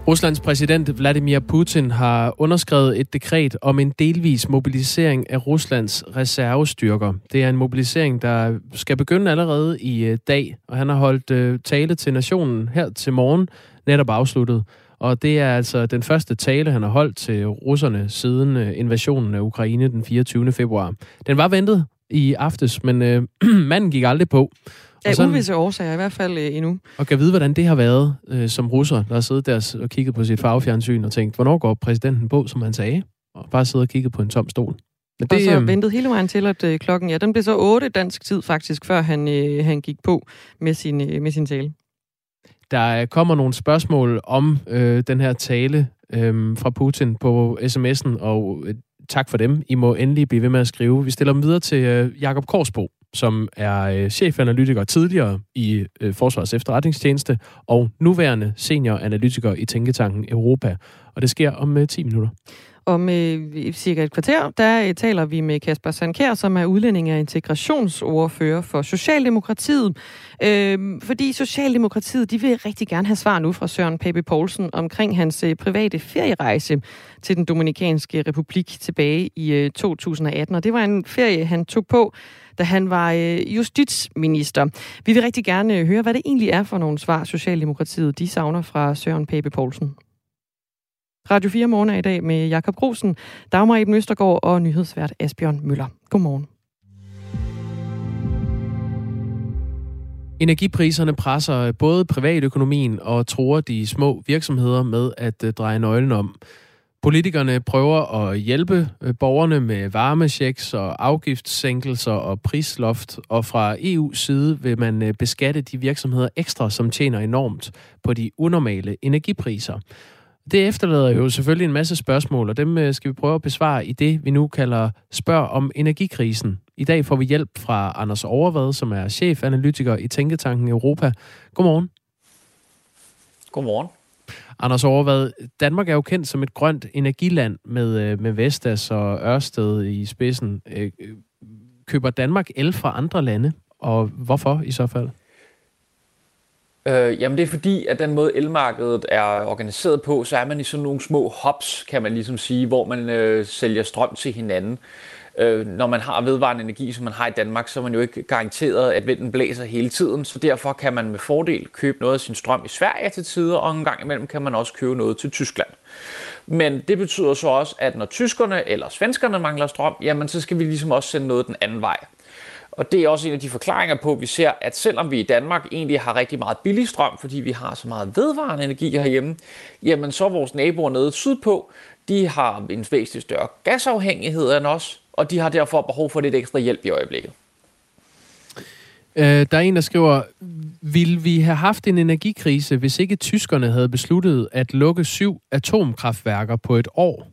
Ruslands præsident Vladimir Putin har underskrevet et dekret om en delvis mobilisering af Ruslands reservestyrker. Det er en mobilisering, der skal begynde allerede i dag, og han har holdt tale til nationen her til morgen, netop afsluttet. Og det er altså den første tale, han har holdt til russerne siden invasionen af Ukraine den fireogtyvende februar. Den var ventet i aftes, men øh, manden gik aldrig på. Af sådan, uvisse årsager, i hvert fald øh, endnu. Og kan vide, hvordan det har været øh, som russer, der har siddet der og kigget på sit farvefjernsyn og tænkt, hvornår går præsidenten på, som han sagde, og bare sidder og kigget på en tom stol. Men det, og så øh, ventede hele vejen til, at øh, klokken, ja, den blev så otte dansk tid faktisk, før han, øh, han gik på med sin, øh, med sin tale. Der kommer nogle spørgsmål om øh, den her tale øh, fra Putin på sms'en, og øh, tak for dem. I må endelig blive ved med at skrive. Vi stiller dem videre til øh, Jakob Korsbo, som er øh, chefanalytiker tidligere i øh, Forsvarets Efterretningstjeneste og nuværende senioranalytiker i Tænketanken Europa. Og det sker om øh, ti minutter. Om øh, cirka et kvarter, der øh, taler vi med Kasper Sandkjær, som er udlænding og integrationsordfører for Socialdemokratiet. Øh, fordi Socialdemokratiet, de vil rigtig gerne have svar nu fra Søren Pape Poulsen omkring hans øh, private ferierejse til den Dominikanske Republik tilbage i øh, to tusind og atten. Og det var en ferie, han tog på, da han var øh, justitsminister. Vi vil rigtig gerne høre, hvad det egentlig er for nogle svar, Socialdemokratiet de savner fra Søren Pape Poulsen. Radio fire morgen er i dag med Jakob Grusen, Dagmar Eben Østergaard og nyhedsvært Asbjørn Møller. Godmorgen. Energipriserne presser både privatøkonomien og truer de små virksomheder med at dreje nøglen om. Politikerne prøver at hjælpe borgerne med varmechecks og afgiftssænkelser og prisloft, og fra E U's side vil man beskatte de virksomheder ekstra, som tjener enormt på de unormale energipriser. Det efterlader jo selvfølgelig en masse spørgsmål, og dem skal vi prøve at besvare i det, vi nu kalder Spørg om energikrisen. I dag får vi hjælp fra Anders Overvad, som er chefanalytiker i Tænketanken Europa. Godmorgen. Godmorgen. Anders Overvad, Danmark er jo kendt som et grønt energiland med, med Vestas og Ørsted i spidsen. Køber Danmark el fra andre lande, og hvorfor i så fald? Øh, jamen det er fordi, at den måde elmarkedet er organiseret på, så er man i sådan nogle små hubs, kan man ligesom sige, hvor man øh, sælger strøm til hinanden. Øh, når man har vedvarende energi, som man har i Danmark, så er man jo ikke garanteret, at vinden blæser hele tiden, så derfor kan man med fordel købe noget af sin strøm i Sverige til tider, og en gang imellem kan man også købe noget til Tyskland. Men det betyder så også, at når tyskerne eller svenskerne mangler strøm, jamen så skal vi ligesom også sende noget den anden vej. Og det er også en af de forklaringer på, at vi ser, at selvom vi i Danmark egentlig har rigtig meget billig strøm, fordi vi har så meget vedvarende energi herhjemme, jamen så vores naboer nede sydpå, de har en væsentlig større gasafhængighed end os, og de har derfor behov for lidt ekstra hjælp i øjeblikket. Øh, der er en, der skriver, ville vi have haft en energikrise, hvis ikke tyskerne havde besluttet at lukke syv atomkraftværker på et år?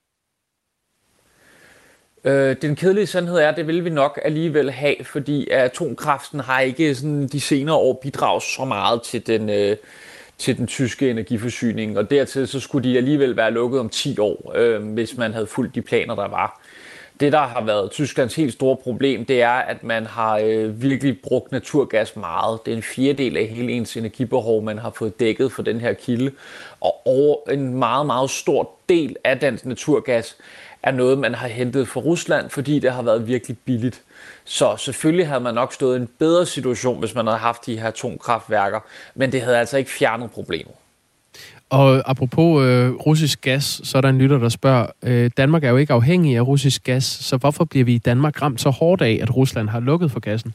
Øh, den kedelige sandhed er, at det vil vi nok alligevel have, fordi atomkraften har ikke sådan de senere år bidraget så meget til den, øh, til den tyske energiforsyning, og dertil så skulle de alligevel være lukket om ti år, øh, hvis man havde fulgt de planer, der var. Det, der har været Tysklands helt store problem, det er, at man har øh, virkelig brugt naturgas meget. Det er en fjerdedel af hele ens energibehov, man har fået dækket for den her kilde, og over en meget, meget stor del af den naturgas er noget, man har hentet fra Rusland, fordi det har været virkelig billigt. Så selvfølgelig havde man nok stået i en bedre situation, hvis man havde haft de her atomkraftværker, men det havde altså ikke fjernet problemet. Og apropos øh, russisk gas, så er der en lytter, der spørger, øh, Danmark er jo ikke afhængig af russisk gas, så hvorfor bliver vi i Danmark ramt så hårdt af, at Rusland har lukket for gassen?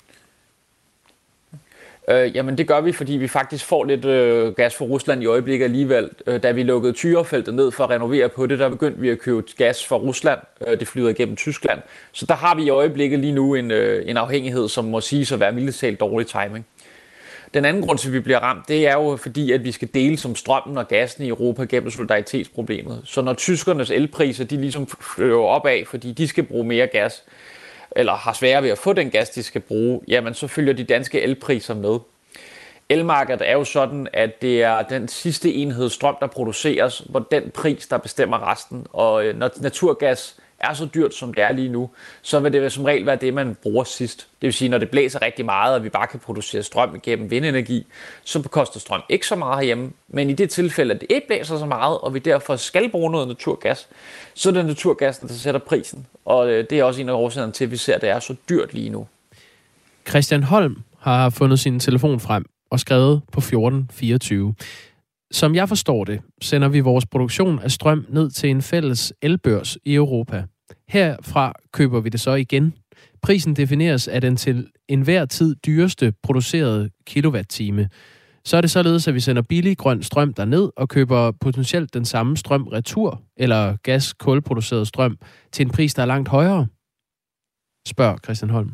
Øh, jamen det gør vi, fordi vi faktisk får lidt øh, gas fra Rusland i øjeblikket alligevel. Øh, da vi lukkede Tyrafeltet ned for at renovere på det, der begyndte vi at købe gas fra Rusland. Øh, det flyder igennem Tyskland. Så der har vi i øjeblikket lige nu en, øh, en afhængighed, som må siges at være mildest talt dårlig timing. Den anden grund til, at vi bliver ramt, det er jo fordi, at vi skal dele som strømmen og gassen i Europa gennem solidaritetsproblemet. Så når tyskernes elpriser, de ligesom flyver opad, fordi de skal bruge mere gas, eller har sværere ved at få den gas, de skal bruge, jamen så følger de danske elpriser med. Elmarkedet er jo sådan, at det er den sidste enhed strøm, der produceres, hvor den pris, der bestemmer resten. Og når naturgas er så dyrt, som det er lige nu, så vil det som regel være det, man bruger sidst. Det vil sige, når det blæser rigtig meget, og vi bare kan producere strøm igennem vindenergi, så koster strøm ikke så meget herhjemme. Men i det tilfælde, at det ikke blæser så meget, og vi derfor skal bruge noget naturgas, så er det naturgassen, der sætter prisen. Og det er også en af årsagerne til, at vi ser, at det er så dyrt lige nu. Christian Holm har fundet sin telefon frem og skrevet på fjorten fireogtyve. Som jeg forstår det, sender vi vores produktion af strøm ned til en fælles elbørs i Europa. Herfra køber vi det så igen. Prisen defineres af den til enhver tid dyreste producerede kilowatt-time. Så er det således, at vi sender billig grøn strøm derned og køber potentielt den samme strøm retur, eller gas-kulproduceret strøm, til en pris, der er langt højere? Spørger Christian Holm.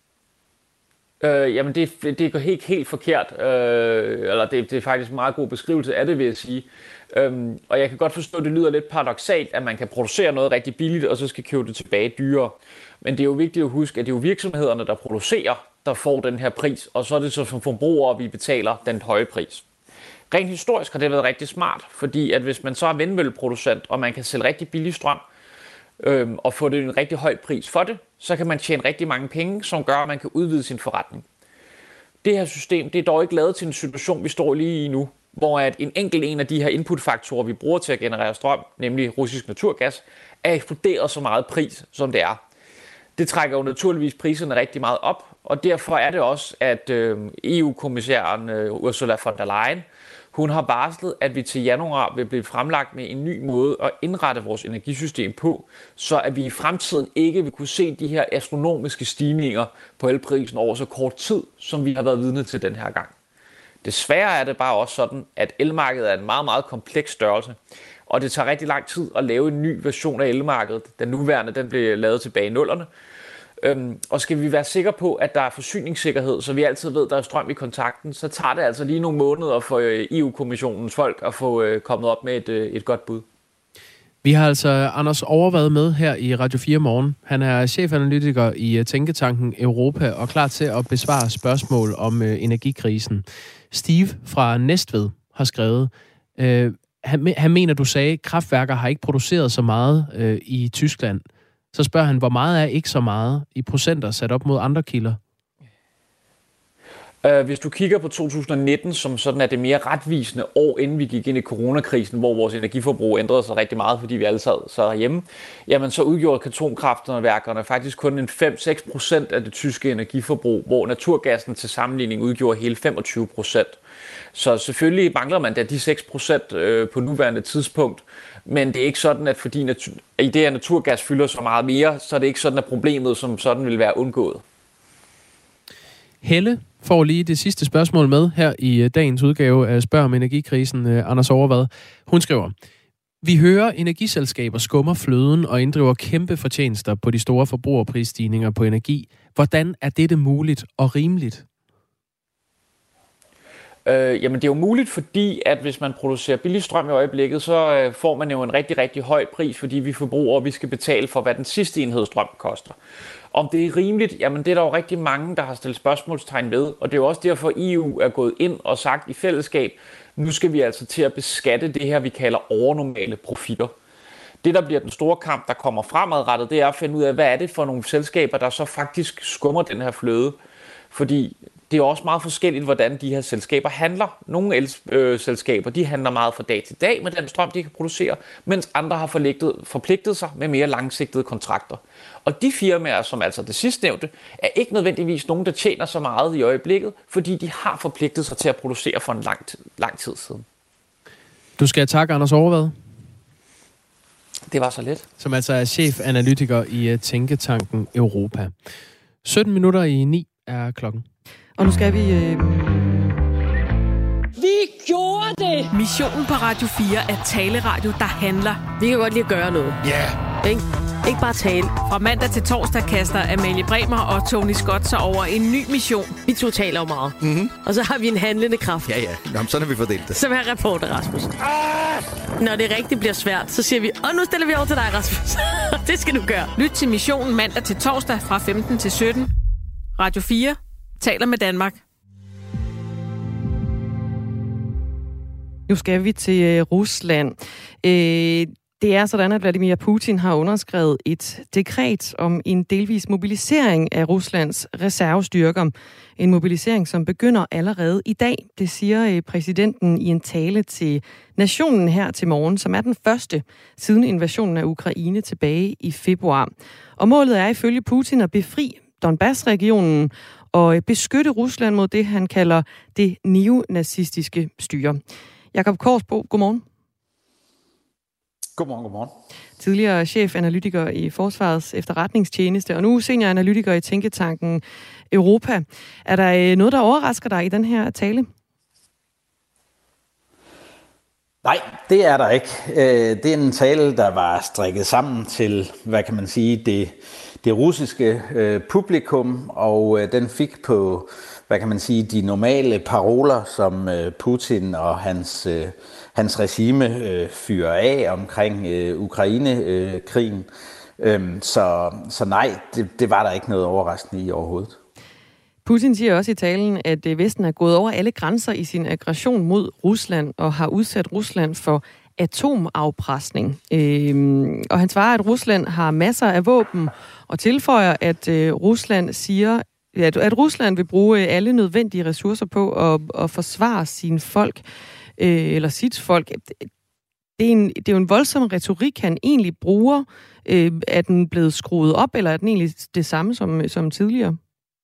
Øh, jamen det, det går helt, helt forkert, øh, eller det, det er faktisk en meget god beskrivelse af det, vil jeg sige. Øhm, og jeg kan godt forstå, at det lyder lidt paradoksalt, at man kan producere noget rigtig billigt, og så skal købe det tilbage dyrere. Men det er jo vigtigt at huske, at det er jo virksomhederne, der producerer, der får den her pris, og så er det så som forbrugere, vi betaler den høje pris. Rent historisk har det været rigtig smart, fordi at hvis man så er vindmølleproducent, og man kan sælge rigtig billig strøm, øhm, og få det en rigtig høj pris for det, så kan man tjene rigtig mange penge, som gør, at man kan udvide sin forretning. Det her system, det er dog ikke lavet til en situation, vi står lige i nu, hvor at en enkelt en af de her inputfaktorer, vi bruger til at generere strøm, nemlig russisk naturgas, er eksploderet så meget pris, som det er. Det trækker jo naturligvis priserne rigtig meget op, og derfor er det også, at øh, E U-kommissæren øh, Ursula von der Leyen, hun har varslet, at vi til januar vil blive fremlagt med en ny måde at indrette vores energisystem på, så at vi i fremtiden ikke vil kunne se de her astronomiske stigninger på elprisen over så kort tid, som vi har været vidne til den her gang. Desværre er det bare også sådan, at elmarkedet er en meget, meget kompleks størrelse, og det tager rigtig lang tid at lave en ny version af elmarkedet. Den nuværende, den blev lavet tilbage i nullerne. Øhm, og skal vi være sikre på, at der er forsyningssikkerhed, så vi altid ved, at der er strøm i kontakten, så tager det altså lige nogle måneder for E U-kommissionens folk at få øh, kommet op med et, øh, et godt bud. Vi har altså Anders Overvad med her i Radio fire Morgen. Han er chefanalytiker i Tænketanken Europa og klar til at besvare spørgsmål om øh, energikrisen. Steve fra Næstved har skrevet, øh, han, han mener, du sagde, at kraftværker har ikke produceret så meget øh, i Tyskland. Så spørger han, hvor meget er ikke så meget i procenter sat op mod andre kilder? Hvis du kigger på to tusind nitten, som sådan er det mere retvisende år, inden vi gik ind i coronakrisen, hvor vores energiforbrug ændrede sig rigtig meget, fordi vi alle sad så hjemme, jamen så udgjorde atomkraftværkerne faktisk kun en fem til seks procent af det tyske energiforbrug, hvor naturgassen til sammenligning udgjorde hele femogtyve procent. Så selvfølgelig mangler man da de seks procent på nuværende tidspunkt, men det er ikke sådan, at fordi natu- i det, at naturgas fylder så meget mere, så er det ikke sådan, at problemet som sådan vil være undgået. Helle får lige det sidste spørgsmål med her i dagens udgave af Spørg om energikrisen, Anders Overvad. Hun skriver, vi hører energiselskaber skummer fløden og inddriver kæmpe fortjenester på de store forbrugerprisstigninger på energi. Hvordan er dette muligt og rimeligt? Øh, jamen det er jo muligt, fordi at hvis man producerer billig strøm i øjeblikket, så øh, får man jo en rigtig, rigtig høj pris, fordi vi forbrugere, vi skal betale for, hvad den sidste enhed strøm koster. Om det er rimeligt, jamen det er der jo rigtig mange, der har stillet spørgsmålstegn ved, og det er jo også derfor, at E U er gået ind og sagt i fællesskab, nu skal vi altså til at beskatte det her, vi kalder overnormale profitter. Det, der bliver den store kamp, der kommer fremadrettet, det er at finde ud af, hvad er det for nogle selskaber, der så faktisk skummer den her fløde. Fordi det er også meget forskelligt, hvordan de her selskaber handler. Nogle elselskaber, de handler meget fra dag til dag med den strøm, de kan producere, mens andre har forpligtet, forpligtet sig med mere langsigtede kontrakter. Og de firmaer, som altså det sidstnævnte, er ikke nødvendigvis nogen, der tjener så meget i øjeblikket, fordi de har forpligtet sig til at producere for en lang, lang tid siden. Du skal takke Anders Overvad. Det var så let. Som altså er chefanalytiker i Tænketanken Europa. sytten minutter i ni er klokken. Og nu skal vi... Øh... Vi gjorde det! Missionen på Radio fire er taleradio, der handler. Vi kan godt lide at gøre noget. Ja. Yeah. Ikke? Ikke bare tale. Fra mandag til torsdag kaster Amalie Bremer og Tony Scott sig over en ny mission. Vi to taler jo meget. Mm-hmm. Og så har vi en handlende kraft. Ja, ja. Jamen, sådan har vi fordelt det. Som er reporter, Rasmus. Ah! Når det rigtig bliver svært, så siger vi, og nu stiller vi over til dig, Rasmus. Det skal du gøre. Lyt til missionen mandag til torsdag fra femten til sytten. Radio fire taler med Danmark. Nu skal vi til øh, Rusland. Øh, Det er sådan, at Vladimir Putin har underskrevet et dekret om en delvis mobilisering af Ruslands reservestyrker. En mobilisering, som begynder allerede i dag. Det siger præsidenten i en tale til nationen her til morgen, som er den første siden invasionen af Ukraine tilbage i februar. Og målet er ifølge Putin at befri Donbass-regionen og beskytte Rusland mod det, han kalder det neonazistiske styre. Jakob Korsbo, godmorgen. Godmorgen, godmorgen. Tidligere chefanalytiker i Forsvarets Efterretningstjeneste, og nu senioranalytiker i Tænketanken Europa. Er der noget, der overrasker dig i den her tale? Nej, det er der ikke. Det er en tale, der var strikket sammen til, hvad kan man sige, det, det russiske publikum, og den fik på, hvad kan man sige, de normale paroler, som Putin og hans, hans regime fyrer af omkring Ukraine-krigen. Så, så nej, det, det var der ikke noget overraskende i overhovedet. Putin siger også i talen, at Vesten er gået over alle grænser i sin aggression mod Rusland og har udsat Rusland for atomafpresning. Øhm, og han svarer, at Rusland har masser af våben og tilføjer, at øh, Rusland siger, at, at Rusland vil bruge alle nødvendige ressourcer på at, at forsvare sine folk, øh, eller sit folk. Det er, en, det er jo en voldsom retorik, han egentlig bruger. Øh, er den blevet skruet op, eller er den egentlig det samme som, som tidligere?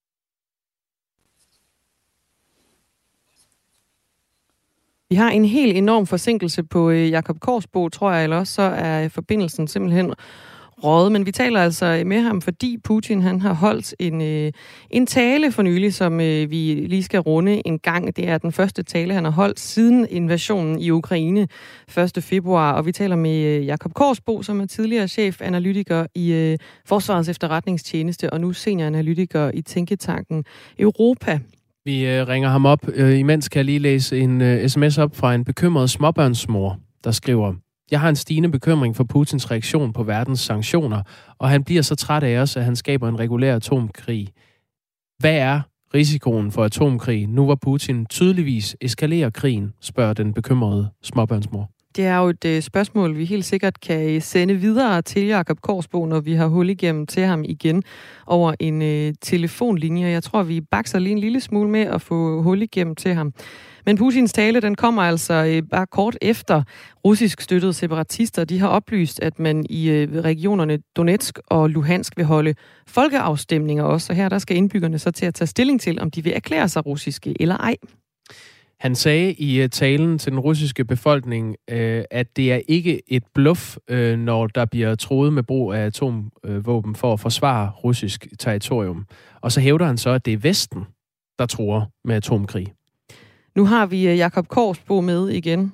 Vi har en helt enorm forsinkelse på Jakob Korsbo, tror jeg, eller også så er forbindelsen simpelthen røget. Men vi taler altså med ham, fordi Putin han har holdt en, en tale for nylig, som vi lige skal runde en gang. Det er den første tale, han har holdt siden invasionen i Ukraine første februar. Og vi taler med Jakob Korsbo, som er tidligere chefanalytiker i Forsvarets Efterretningstjeneste, og nu senioranalytiker i Tænketanken Europa. Vi øh, ringer ham op. Øh, imens kan jeg lige læse en øh, sms op fra en bekymret småbørnsmor, der skriver: Jeg har en stigende bekymring for Putins reaktion på verdens sanktioner, og han bliver så træt af os, at han skaber en regulær atomkrig. Hvad er risikoen for atomkrig, nu hvor Putin tydeligvis eskalerer krigen, spørger den bekymrede småbørnsmor. Det er jo et øh, spørgsmål, vi helt sikkert kan sende videre til Jakob Korsbo, når vi har hul igennem til ham igen over en øh, telefonlinje. Jeg tror, vi bakser lige en lille smule med at få hul igennem til ham. Men Putins tale, den kommer altså øh, bare kort efter russisk støttede separatister. De har oplyst, at man i øh, regionerne Donetsk og Luhansk vil holde folkeafstemninger også. Og her der skal indbyggerne så til at tage stilling til, om de vil erklære sig russiske eller ej. Han sagde i talen til den russiske befolkning, at det er ikke et bluff, når der bliver truet med brug af atomvåben for at forsvare russisk territorium. Og så hævder han så, at det er Vesten, der truer med atomkrig. Nu har vi Jakob Korsbo med igen.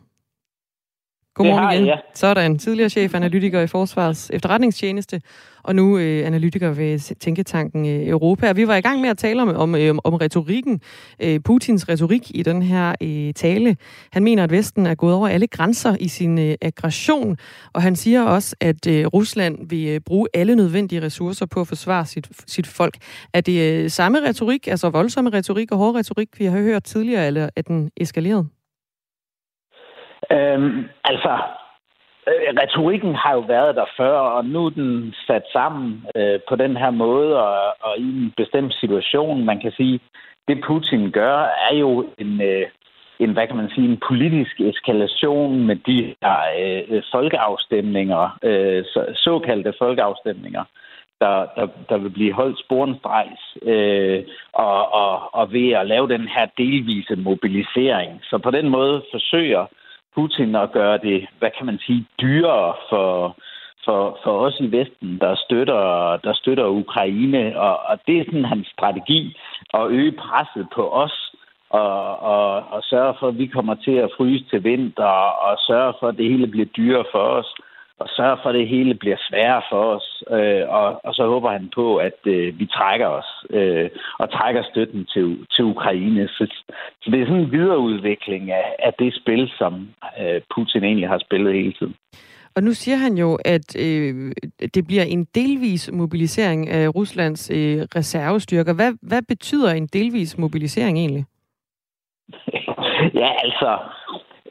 Godmorgen igen. Ja. Sådan, tidligere chefanalytiker i Forsvarets Efterretningstjeneste, og nu øh, analytiker ved Tænketanken øh, Europa. Og vi var i gang med at tale om, om, øh, om retorikken, øh, Putins retorik i den her øh, tale. Han mener, at Vesten er gået over alle grænser i sin øh, aggression, og han siger også, at øh, Rusland vil øh, bruge alle nødvendige ressourcer på at forsvare sit, sit folk. Er det øh, samme retorik, altså voldsomme retorik og hård retorik, vi har hørt tidligere, eller er den eskaleret? Øhm, altså, øh, retorikken har jo været der før, og nu er den sat sammen øh, på den her måde, og, og i en bestemt situation. Man kan sige, det Putin gør, er jo en, øh, en hvad kan man sige, en politisk eskalation med de her øh, folkeafstemninger, øh, så, såkaldte folkeafstemninger, der, der, der vil blive holdt sporenstrejs, øh, og, og, og ved at lave den her delvise mobilisering. Så på den måde forsøger Putin at gøre det, hvad kan man sige, dyrere for, for, for os i Vesten, der støtter, der støtter Ukraine. Og, og det er sådan hans strategi, at øge presset på os, og, og, og sørge for, at vi kommer til at fryse til vinter, og sørge for, at det hele bliver dyrere for os, og sørge for, at det hele bliver sværere for os. Øh, og, og så håber han på, at øh, vi trækker os, øh, og trækker støtten til, til Ukraine. Så, så det er sådan en videreudvikling af, af det spil, som øh, Putin egentlig har spillet hele tiden. Og nu siger han jo, at øh, det bliver en delvis mobilisering af Ruslands øh, reservestyrker. Hvad, hvad betyder en delvis mobilisering egentlig? Ja, altså...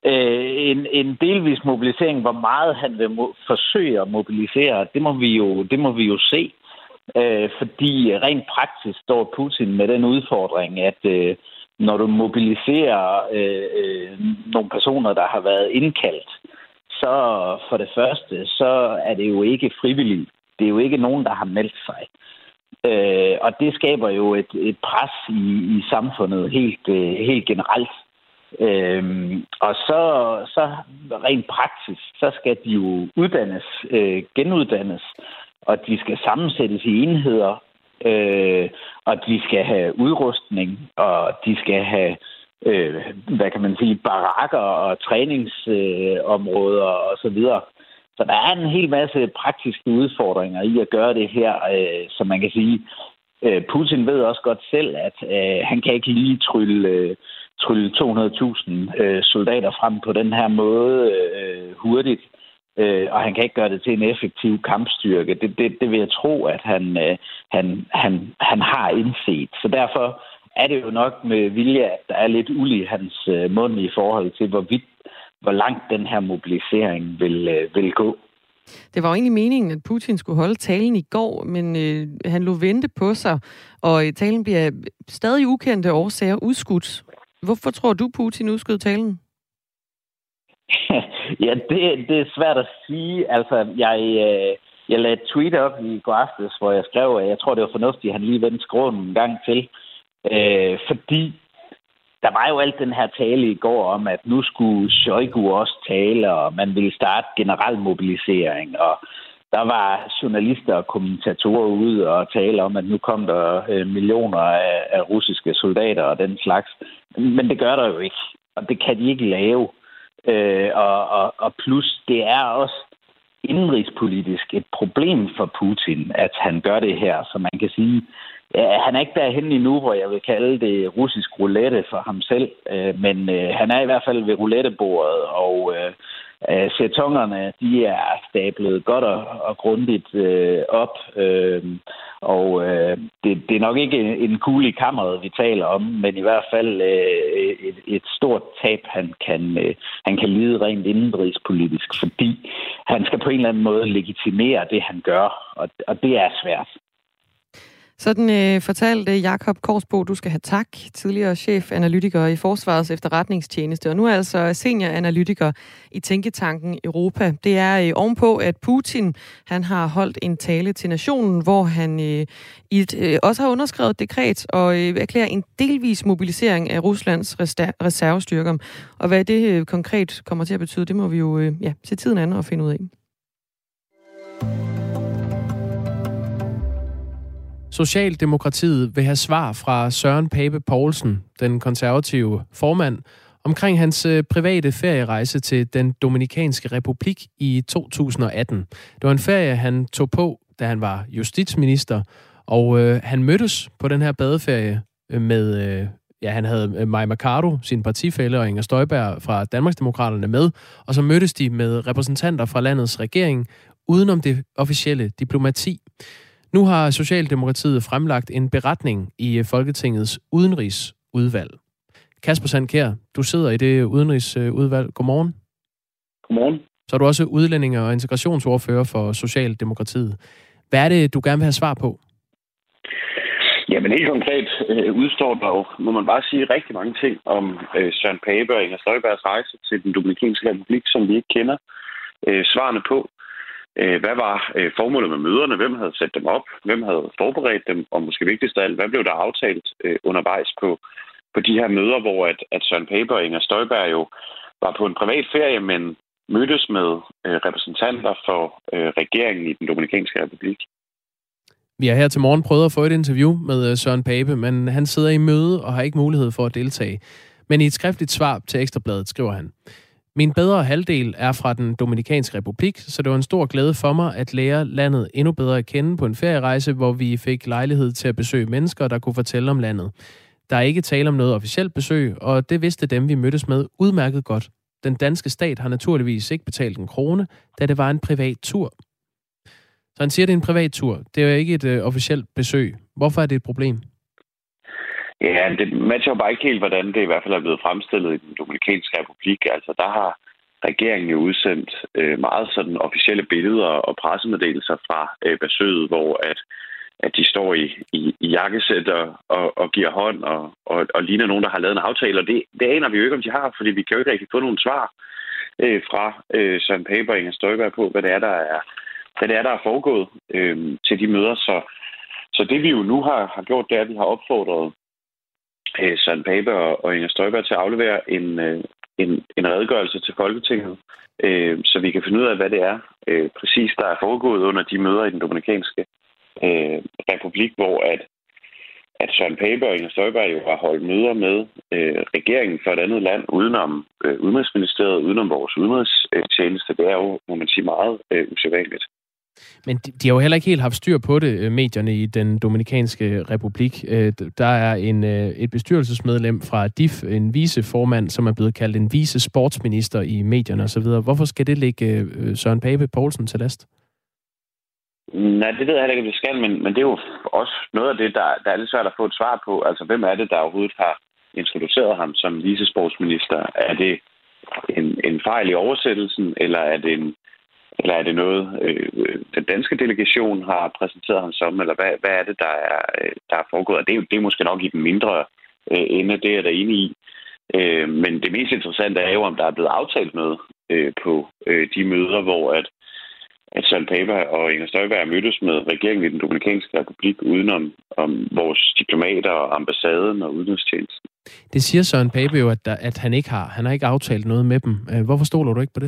Øh, en, en delvis mobilisering, hvor meget han vil mo- forsøge at mobilisere, det må vi jo, det må vi jo se. Øh, fordi rent praktisk står Putin med den udfordring, at øh, når du mobiliserer øh, øh, nogle personer, der har været indkaldt, så for det første, så er det jo ikke frivilligt. Det er jo ikke nogen, der har meldt sig. Øh, og det skaber jo et, et pres i, i samfundet helt, øh, helt generelt. Øhm, og så, så rent praktisk, så skal de jo uddannes, øh, genuddannes, og de skal sammensættes i enheder, øh, og de skal have udrustning, og de skal have, øh, hvad kan man sige, barakker og træningsområder øh, og så videre. Så der er en hel masse praktiske udfordringer i at gøre det her, øh, som man kan sige. Øh, Putin ved også godt selv, at øh, han kan ikke lige trylle øh, trylle to hundrede tusind øh, soldater frem på den her måde øh, hurtigt, øh, og han kan ikke gøre det til en effektiv kampstyrke. Det, det, det vil jeg tro, at han, øh, han, han, han har indset. Så derfor er det jo nok med vilje, at der er lidt uld i hans øh, mund i forhold til, hvorvidt, hvor langt den her mobilisering vil, øh, vil gå. Det var jo egentlig meningen, at Putin skulle holde talen i går, men øh, han lå vente på sig, og talen bliver stadig ukendte årsager udskudt. Hvorfor tror du, Putin udskød talen? ja, det, det er svært at sige. Altså, jeg, øh, jeg lagde et tweet op i går aftes, hvor jeg skrev, at jeg tror, det var fornuftigt, at han lige vendte skråen en gang til. Øh, fordi der var jo alt den her tale i går om, at nu skulle Shoigu også tale, og man ville starte generel mobilisering, og der var journalister og kommentatorer ude og tale om, at nu kom der øh, millioner af, af russiske soldater og den slags. Men det gør der jo ikke, og det kan de ikke lave. Øh, og, og, og plus, det er også indenrigspolitisk et problem for Putin, at han gør det her. Så man kan sige, ja, han er ikke derhen endnu, hvor jeg vil kalde det russisk roulette for ham selv. Øh, men øh, han er i hvert fald ved roulettebordet, og øh, Sætongerne, de er stablet godt og, og grundigt øh, op, øh, og øh, det, det er nok ikke en kugle i kammeret, vi taler om, men i hvert fald øh, et, et stort tab, han kan, øh, han kan lide rent indenrigspolitisk, fordi han skal på en eller anden måde legitimere det, han gør, og, og det er svært. Sådan øh, fortalte Jakob Korsbo, du skal have tak, tidligere chefanalytiker i Forsvarets Efterretningstjeneste, og nu er altså senioranalytiker i Tænketanken Europa. Det er øh, ovenpå, at Putin han har holdt en tale til nationen, hvor han øh, i et, øh, også har underskrevet et dekret og øh, erklærer en delvis mobilisering af Ruslands reservestyrker. Og hvad det øh, konkret kommer til at betyde, det må vi jo øh, ja, se tiden an og finde ud af. Socialdemokratiet vil have svar fra Søren Pape Poulsen, den konservative formand, omkring hans private ferierejse til den Dominikanske Republik i to tusind og atten. Det var en ferie, han tog på, da han var justitsminister, og øh, han mødtes på den her badeferie med, øh, ja, han havde Mai Mercado, sin partifælle, og Inger Støjberg fra Danmarksdemokraterne med, og så mødtes de med repræsentanter fra landets regering, udenom det officielle diplomati. Nu har Socialdemokratiet fremlagt en beretning i Folketingets udenrigsudvalg. Kasper Sandkjær, du sidder i det udenrigsudvalg. Godmorgen. Godmorgen. Så er du også udlændinge- og integrationsordfører for Socialdemokratiet. Hvad er det, du gerne vil have svar på? Jamen helt konkret øh, udstår der jo, må man bare sige, rigtig mange ting om øh, Søren Pape og Inger Støjbergs rejse til den Dominikanske Republik, som vi ikke kender øh, svarene på. Hvad var formålet med møderne? Hvem havde sat dem op? Hvem havde forberedt dem? Og måske vigtigst af alt, hvad blev der aftalt øh, undervejs på, på de her møder, hvor at, at Søren Pape og Inger Støjberg jo var på en privat ferie, men mødtes med øh, repræsentanter for øh, regeringen i den Dominikanske Republik? Vi har her til morgen prøvet at få et interview med Søren Pape, men han sidder i møde og har ikke mulighed for at deltage. Men i et skriftligt svar til Ekstrabladet skriver han: Min bedre halvdel er fra den Dominikanske Republik, så det var en stor glæde for mig at lære landet endnu bedre at kende på en ferierejse, hvor vi fik lejlighed til at besøge mennesker, der kunne fortælle om landet. Der er ikke tale om noget officielt besøg, og det vidste dem, vi mødtes med, udmærket godt. Den danske stat har naturligvis ikke betalt en krone, da det var en privat tur. Så han siger, at det er en privat tur. Det er jo ikke et øh, officielt besøg. Hvorfor er det et problem? Ja, det matcher jo bare ikke helt, hvordan det i hvert fald er blevet fremstillet i den Dominikanske Republik. Altså, der har regeringen jo udsendt øh, meget sådan officielle billeder og pressemeddelelser fra øh, besøget, hvor at, at de står i, i, i jakkesæt og, og, og giver hånd og, og, og ligner nogen, der har lavet en aftale. Og det, det aner vi jo ikke, om de har, fordi vi kan jo ikke rigtig få nogen svar øh, fra øh, Søren Pape og Inger Støjberg på, hvad det er, der er, hvad det er, der er foregået øh, til de møder. Så, så det vi jo nu har, har gjort, det er, at vi har opfordret øh, Søren Pape og, og Inger Støjberg til at aflevere en, øh, en, en redegørelse til Folketinget, øh, så vi kan finde ud af, hvad det er øh, præcis, der er foregået under de møder i den Dominikanske øh, Republik, hvor at, at Søren Pape og Inger Støjberg jo har holdt møder med øh, regeringen for et andet land, udenom øh, Udenrigsministeriet, udenom vores udenrigstjeneste. Det er jo, må man sige, meget øh, usædvanligt. Men de, de har jo heller ikke helt haft styr på det, medierne i den Dominikanske Republik. Der er en, et bestyrelsesmedlem fra D I F, en viceformand, som er blevet kaldt en vice-sportsminister i medierne osv. Hvorfor skal det ligge Søren Pape Poulsen til last? Nej, det ved jeg heller ikke, det skal, men, men det er jo også noget af det, der, der er lidt svært at få et svar på. Altså, hvem er det, der overhovedet har introduceret ham som vicesportsminister? Er det en, en fejl i oversættelsen, eller er det en Eller er det noget, øh, den danske delegation har præsenteret ham som? Eller hvad, hvad er det, der er, der er foregået? Og det er, det er måske nok i den mindre øh, ende, det er jeg da enig i. Øh, men det mest interessante er jo, om der er blevet aftalt noget øh, på øh, de møder, hvor at, at Søren Pape og Inger Støjberg mødtes med regeringen i den Dominikanske Republik udenom om vores diplomater og ambassaden og udenrigstjenesten. Det siger Søren Pape jo, at, der, at han ikke har. Han har ikke aftalt noget med dem. Hvorfor stoler du ikke på det?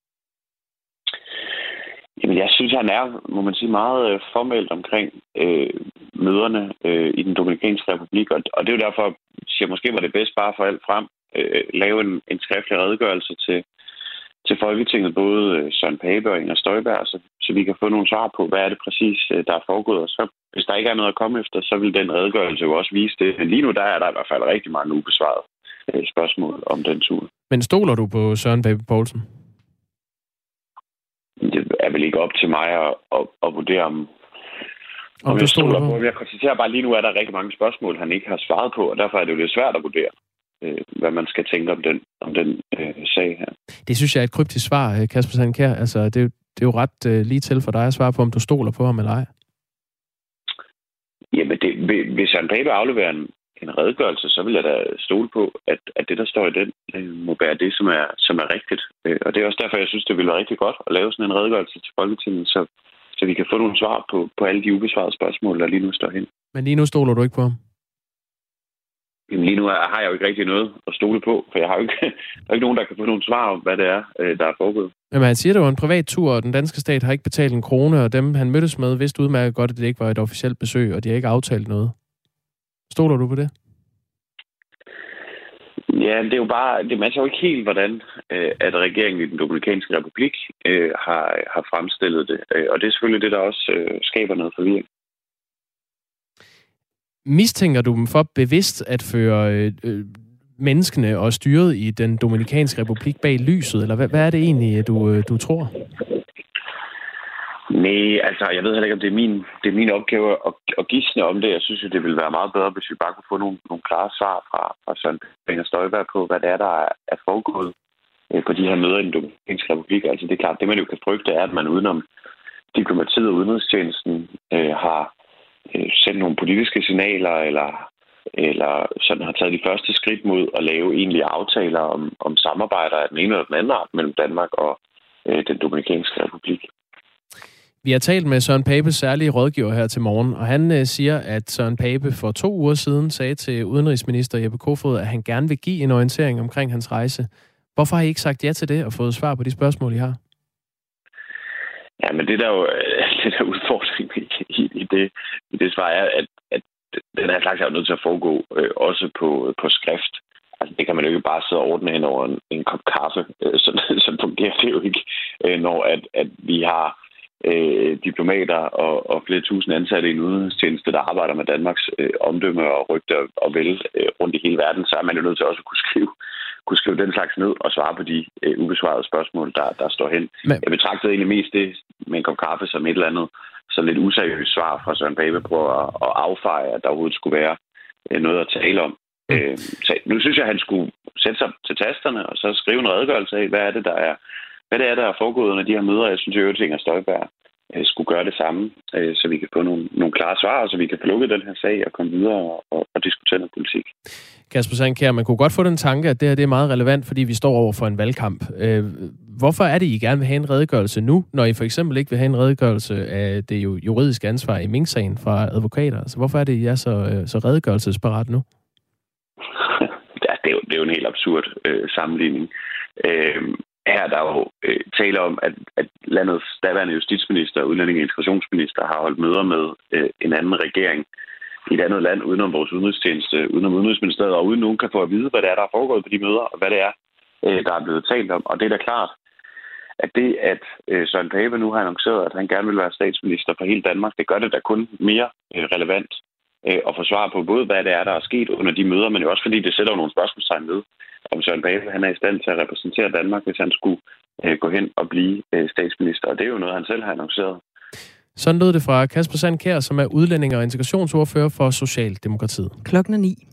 Jamen, jeg synes, han er, må man sige, meget øh, formelt omkring øh, møderne øh, i den Dominikanske Republik. Og, og det er jo derfor, jeg måske var det bedst bare for alt frem, øh, lave en, en skriftlig redegørelse til, til Folketinget, både øh, Søren Pape og Inger Støjberg, så, så vi kan få nogle svar på, hvad er det præcis, øh, der er foregået. Og så, hvis der ikke er noget at komme efter, så vil den redegørelse jo også vise det. Men lige nu, der er der i hvert fald rigtig mange ubesvarede øh, spørgsmål om den tur. Men stoler du på Søren Pape Poulsen? Det er vel ikke op til mig at, at, at vurdere, om, om, om jeg stoler på. på. Jeg konstaterer bare, lige nu er der rigtig mange spørgsmål, han ikke har svaret på, og derfor er det jo lidt svært at vurdere, øh, hvad man skal tænke om den, om den øh, sag her. Det synes jeg er et kryptisk svar, Kasper Sandkjær. Altså, det, er jo, det er jo ret øh, lige til for dig at svare på, om du stoler på ham eller ej. Jamen, det, hvis Søren Pape afleverer en, en redegørelse, så vil jeg da stole på, at, at det, der står i den, øh, må være det, som er, som er rigtigt. Øh, og det er også derfor, jeg synes, det ville være rigtig godt at lave sådan en redegørelse til Folketinget, så, så vi kan få nogle svar på, på alle de ubesvarede spørgsmål, der lige nu står hen. Men lige nu stoler du ikke på ham? Jamen, lige nu er, har jeg jo ikke rigtig noget at stole på, for jeg har jo ikke, der er ikke nogen, der kan få nogle svar om, hvad det er, øh, der er foregået. Jamen, han siger, det var en privat tur, og den danske stat har ikke betalt en krone, og dem, han mødtes med, vidste udmærket godt, at det ikke var et officielt besøg, og de har ikke aftalt noget. Stoler du på det? Ja, det er jo bare, det matcher jo ikke helt, hvordan øh, at regeringen i den Dominikanske Republik øh, har, har fremstillet det. Og det er selvfølgelig det, der også øh, skaber noget forvirring. Mistænker du dem for bevidst at føre øh, øh, menneskene og styret i den Dominikanske Republik bag lyset? Eller hvad, hvad er det egentlig, du, øh, du tror? Nej, altså, jeg ved heller ikke, om det er min, det er min opgave at, at gisne om det. Jeg synes jo, det ville være meget bedre, hvis vi bare kunne få nogle, nogle klare svar fra, fra Søren Inger Støjberg på, hvad det er, der er, er foregået øh, på de her møder i den Dominikanske Republik. Altså, det er klart, det man jo kan frygte er, at man udenom diplomatiet og udenrigstjenesten øh, har øh, sendt nogle politiske signaler, eller, eller sådan har taget de første skridt mod at lave egentlige aftaler om, om samarbejder af den ene eller den anden art mellem Danmark og øh, den Dominikanske Republik. Vi har talt med Søren Papes særlige rådgiver her til morgen, og han øh, siger, at Søren Pape for to uger siden sagde til udenrigsminister Jeppe Kofod, at han gerne vil give en orientering omkring hans rejse. Hvorfor har I ikke sagt ja til det og fået svar på de spørgsmål, I har? Ja, men det der jo det der udfordring i, i, i, det, i det svar er, at, at den her slags er jo nødt til at foregå øh, også på, på skrift. Altså, det kan man jo ikke bare sidde og ordne hen over en, en kop kaffe. Øh, sådan, sådan fungerer det jo ikke, øh, når at, at vi har Øh, diplomater og, og flere tusind ansatte i en udenrigstjeneste, der arbejder med Danmarks øh, omdømme og rygter og vel øh, rundt i hele verden, så er man jo nødt til også at kunne skrive, kunne skrive den slags ned og svare på de øh, ubesvarede spørgsmål, der, der står hen. Men jeg betragtede egentlig mest det med en kop kaffe som et eller andet sådan lidt useriøst svar fra Søren Pape på at, at affeje, at der overhovedet skulle være øh, noget at tale om. Mm. Øh, så nu synes jeg, at han skulle sætte sig til tasterne og så skrive en redegørelse af, hvad er det, der er, hvad det er, der er foregået under de her møder. Jeg synes, at Inger Støjberg øh, skulle gøre det samme, øh, så vi kan få nogle, nogle klare svar, så vi kan få lukket den her sag og komme videre og, og, og diskutere noget politik. Kasper Sandkjær, man kunne godt få den tanke, at det her det er meget relevant, fordi vi står over for en valgkamp. Øh, hvorfor er det, I gerne vil have en redegørelse nu, når I for eksempel ikke vil have en redegørelse af det jo juridiske ansvar i Mink-sagen fra advokater? Altså, hvorfor er det, I er så, så redegørelsesparat nu? Ja, det, er jo, det er jo en helt absurd øh, sammenligning. Øh, her er der jo øh, tale om, at, at landets daværende justitsminister og udlændinge- og integrationsminister har holdt møder med øh, en anden regering i et andet land, udenom vores udenrigstjeneste, udenom Udenrigsministeriet, og uden nogen kan få at vide, hvad det er, der er foregået på de møder, og hvad det er, øh, der er blevet talt om. Og det er da klart, at det, at øh, Søren Pape nu har annonceret, at han gerne vil være statsminister for hele Danmark, det gør det da kun mere øh, relevant øh, at få svar på både, hvad det er, der er sket under de møder, men jo også fordi det sætter nogle spørgsmålstegn ved, om Søren Pape han er i stand til at repræsentere Danmark, hvis han skulle øh, gå hen og blive øh, statsminister. Og det er jo noget, han selv har annonceret. Sådan lød det fra Kasper Sandkjær, som er udlænding- og integrationsordfører for Socialdemokratiet. Klokken er ni.